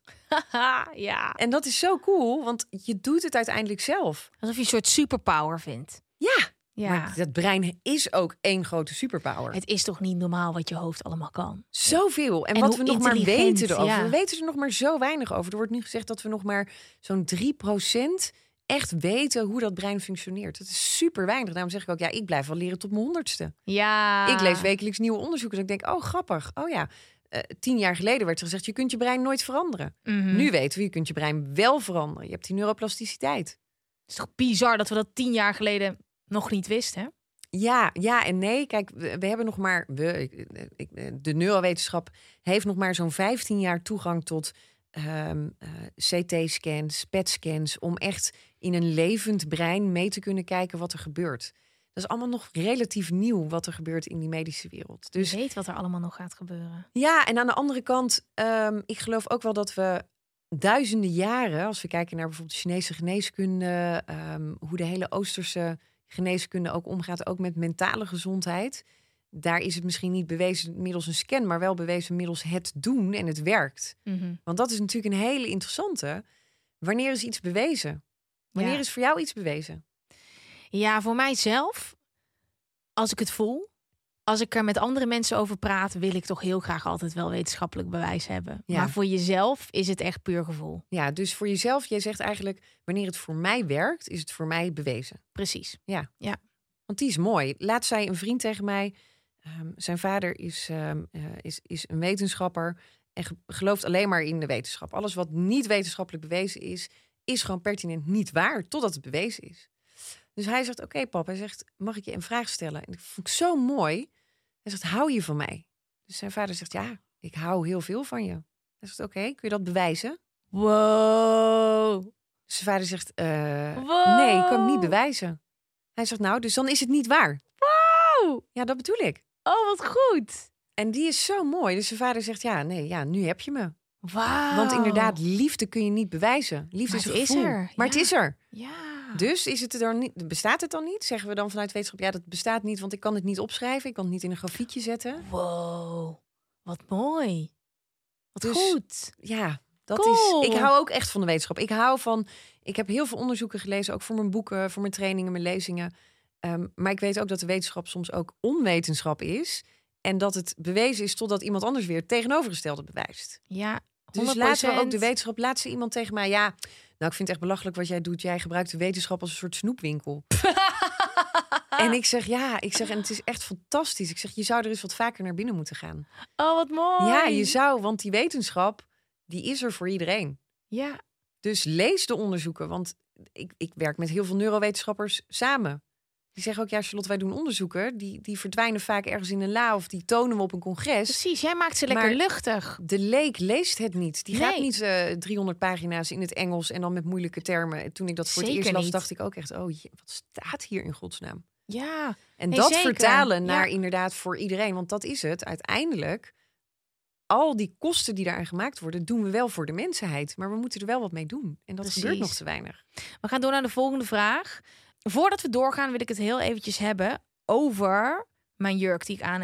Ja. En dat is zo cool, want je doet het uiteindelijk zelf. Alsof je een soort superpower vindt. Ja. Ja. Maar dat brein is ook één grote superpower. Het is toch niet normaal wat je hoofd allemaal kan? Zoveel. En, en wat we nog maar weten erover. Ja. We weten er nog maar zo weinig over. Er wordt nu gezegd dat we nog maar zo'n drie procent echt weten hoe dat brein functioneert. Dat is super weinig. Daarom zeg ik ook, ja, ik blijf wel leren tot mijn honderdste. Ja. Ik lees wekelijks nieuwe onderzoeken. Dus ik denk, oh, grappig. Oh ja, uh, tien jaar geleden werd er gezegd, je kunt je brein nooit veranderen. Mm-hmm. Nu weten we, je kunt je brein wel veranderen. Je hebt die neuroplasticiteit. Het is toch bizar dat we dat tien jaar geleden nog niet wisten, hè? Ja, ja en nee. Kijk, we, we hebben nog maar... We, ik, de neurowetenschap heeft nog maar zo'n vijftien jaar toegang tot um, uh, C T-scans, P E T-scans... om echt in een levend brein mee te kunnen kijken wat er gebeurt. Dat is allemaal nog relatief nieuw wat er gebeurt in die medische wereld. Dus je weet wat er allemaal nog gaat gebeuren. Ja, en aan de andere kant, um, ik geloof ook wel dat we duizenden jaren... als we kijken naar bijvoorbeeld Chinese geneeskunde... Um, hoe de hele Oosterse... geneeskunde ook omgaat, ook met mentale gezondheid. Daar is het misschien niet bewezen middels een scan, maar wel bewezen middels het doen en het werkt. Mm-hmm. Want dat is natuurlijk een hele interessante. Wanneer is iets bewezen? Wanneer ja. is voor jou iets bewezen? Ja, voor mijzelf, als ik het voel, als ik er met andere mensen over praat, wil ik toch heel graag altijd wel wetenschappelijk bewijs hebben. Ja. Maar voor jezelf is het echt puur gevoel. Ja, dus voor jezelf, jij zegt eigenlijk, wanneer het voor mij werkt, is het voor mij bewezen. Precies. Ja. Ja. Want die is mooi. Laatst zei een vriend tegen mij, um, zijn vader is, um, uh, is, is een wetenschapper en ge- gelooft alleen maar in de wetenschap. Alles wat niet wetenschappelijk bewezen is, is gewoon pertinent niet waar, totdat het bewezen is. Dus hij zegt, oké okay, pap, hij zegt, mag ik je een vraag stellen? En dat vond ik zo mooi. Hij zegt, hou je van mij? Dus zijn vader zegt, ja, ik hou heel veel van je. Hij zegt, oké, okay, kun je dat bewijzen? Wow. Dus zijn vader zegt, uh, wow. nee, ik kan het niet bewijzen. Hij zegt, nou, dus dan is het niet waar. Wow. Ja, dat bedoel ik. Oh, wat goed. En die is zo mooi. Dus zijn vader zegt, ja, nee, ja, nu heb je me. Wauw. Want inderdaad, liefde kun je niet bewijzen. Liefde maar is een het gevoel. is er. Maar ja. het is er. Ja. Dus is het er dan niet, bestaat het dan niet? Zeggen we dan vanuit wetenschap, ja, dat bestaat niet, want ik kan het niet opschrijven. Ik kan het niet in een grafiekje zetten. Wow, wat mooi. Wat dus, goed. Ja, dat cool. is. Ik hou ook echt van de wetenschap. Ik hou van. Ik heb heel veel onderzoeken gelezen, ook voor mijn boeken, voor mijn trainingen, mijn lezingen. Um, maar ik weet ook dat de wetenschap soms ook onwetenschap is. En dat het bewezen is totdat iemand anders weer het tegenovergestelde bewijst. Ja, honderd procent. Dus laten we ook de wetenschap. Laat ze iemand tegen mij. Ja, nou, ik vind het echt belachelijk wat jij doet. Jij gebruikt de wetenschap als een soort snoepwinkel. En ik zeg, ja, ik zeg, en het is echt fantastisch. Ik zeg, je zou er eens wat vaker naar binnen moeten gaan. Oh, wat mooi. Ja, je zou, want die wetenschap, die is er voor iedereen. Ja. Dus lees de onderzoeken, want ik, ik werk met heel veel neurowetenschappers samen. Die zeggen ook, ja, Charlotte, wij doen onderzoeken. Die, die verdwijnen vaak ergens in een la of die tonen we op een congres. Precies, jij maakt ze lekker maar luchtig. De leek leest het niet. Die nee. gaat niet uh, driehonderd pagina's in het Engels en dan met moeilijke termen. Toen ik dat voor zeker het eerst las, niet. dacht ik ook echt, oh, je, wat staat hier in godsnaam? Ja. En nee, dat zeker. vertalen naar ja. inderdaad voor iedereen. Want dat is het uiteindelijk. Al die kosten die daaraan gemaakt worden, doen we wel voor de mensheid. Maar we moeten er wel wat mee doen. En dat Precies. gebeurt nog te weinig. We gaan door naar de volgende vraag. Voordat we doorgaan wil ik het heel eventjes hebben over mijn jurk die ik aan heb.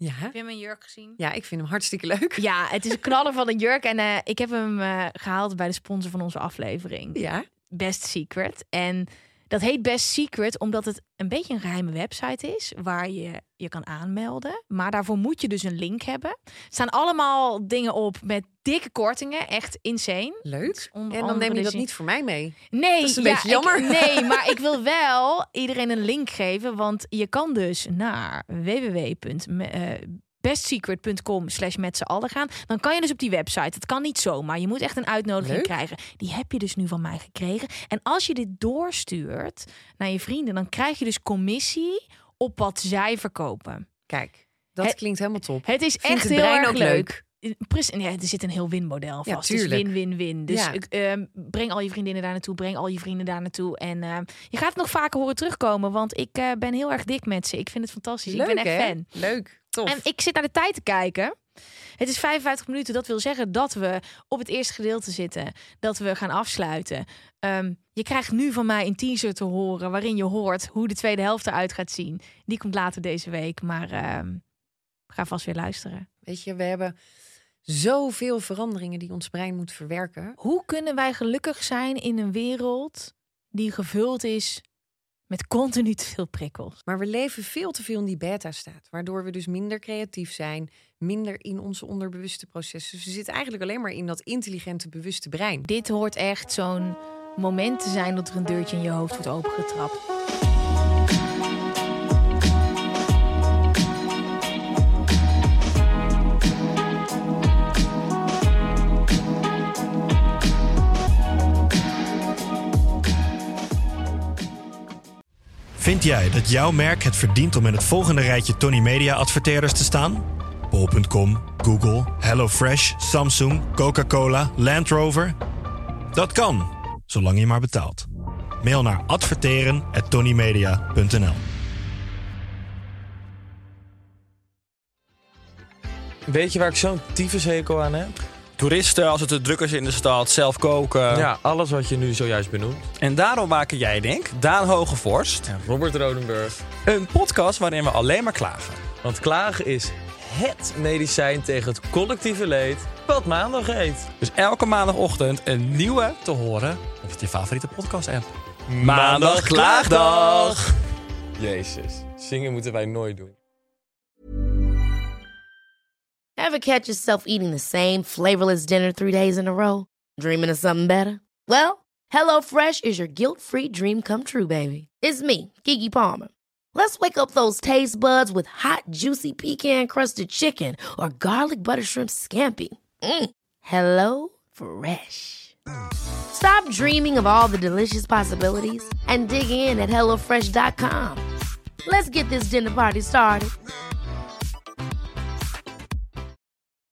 Ja. Heb je mijn jurk gezien? Ja, ik vind hem hartstikke leuk. Ja, het is een knaller van een jurk. En uh, ik heb hem uh, gehaald bij de sponsor van onze aflevering. Ja. Best Secret. En dat heet Best Secret omdat het een beetje een geheime website is waar je je kan aanmelden. Maar daarvoor moet je dus een link hebben. Er staan allemaal dingen op met dikke kortingen. Echt insane. Leuk. En dan andere neem je dat dus- niet voor mij mee. Nee, Dat is een ja, beetje jammer. Ik, nee, maar ik wil wel iedereen een link geven. Want je kan dus naar w w w punt bestsecret.com slash met z'n allen gaan. Dan kan je dus op die website. Het kan niet zomaar. Je moet echt een uitnodiging Leuk. krijgen. Die heb je dus nu van mij gekregen. En als je dit doorstuurt naar je vrienden, dan krijg je dus commissie op wat zij verkopen. Kijk, dat Het- klinkt helemaal top. Het is Ik vind echt het heel brein erg ook leuk. Precies, ja, er zit een heel win-model Ja, vast. Dus tuurlijk. win-win-win. Dus Ja. ik, ehm, breng al je vriendinnen daar naartoe. Breng al je vrienden daar naartoe. En ehm, je gaat het nog vaker horen terugkomen. Want ik eh, ben heel erg dik met ze. Ik vind het fantastisch. Leuk, ik ben echt hè? fan. Leuk, tof. En ik zit naar de tijd te kijken. Het is vijfenvijftig minuten. Dat wil zeggen dat we op het eerste gedeelte zitten. Dat we gaan afsluiten. Um, je krijgt nu van mij een teaser te horen waarin je hoort hoe de tweede helft eruit gaat zien. Die komt later deze week. Maar um, ga vast weer luisteren. Weet je, we hebben zoveel veranderingen die ons brein moet verwerken. Hoe kunnen wij gelukkig zijn in een wereld die gevuld is met continu te veel prikkels? Maar we leven veel te veel in die beta-staat. Waardoor we dus minder creatief zijn. Minder in onze onderbewuste processen. Dus we zitten eigenlijk alleen maar in dat intelligente, bewuste brein. Dit hoort echt zo'n moment te zijn dat er een deurtje in je hoofd wordt opengetrapt. Vind jij dat jouw merk het verdient om in het volgende rijtje Tony Media adverteerders te staan? bol punt com, Google, HelloFresh, Samsung, Coca-Cola, Land Rover? Dat kan, zolang je maar betaalt. Mail naar adverteren at tonymedia punt n l. Weet je waar ik zo'n tyfushekel aan heb? Toeristen, als het te druk is in de stad, zelf koken. Ja, alles wat je nu zojuist benoemt. En daarom maken jij, denk Daan Hogevorst, En Robert Rodenburg. een podcast waarin we alleen maar klagen. Want klagen is het medicijn tegen het collectieve leed wat maandag heet. Dus elke maandagochtend een nieuwe te horen op je favoriete podcast-app. Maandag Klaagdag! Jezus, zingen moeten wij nooit doen. Ever catch yourself eating the same flavorless dinner three days in a row? Dreaming of something better? Well, HelloFresh is your guilt-free dream come true, baby. It's me, Keke Palmer. Let's wake up those taste buds with hot, juicy pecan-crusted chicken or garlic butter shrimp scampi. Mm. Hello Fresh. Stop dreaming of all the delicious possibilities and dig in at hello fresh dot com. Let's get this dinner party started.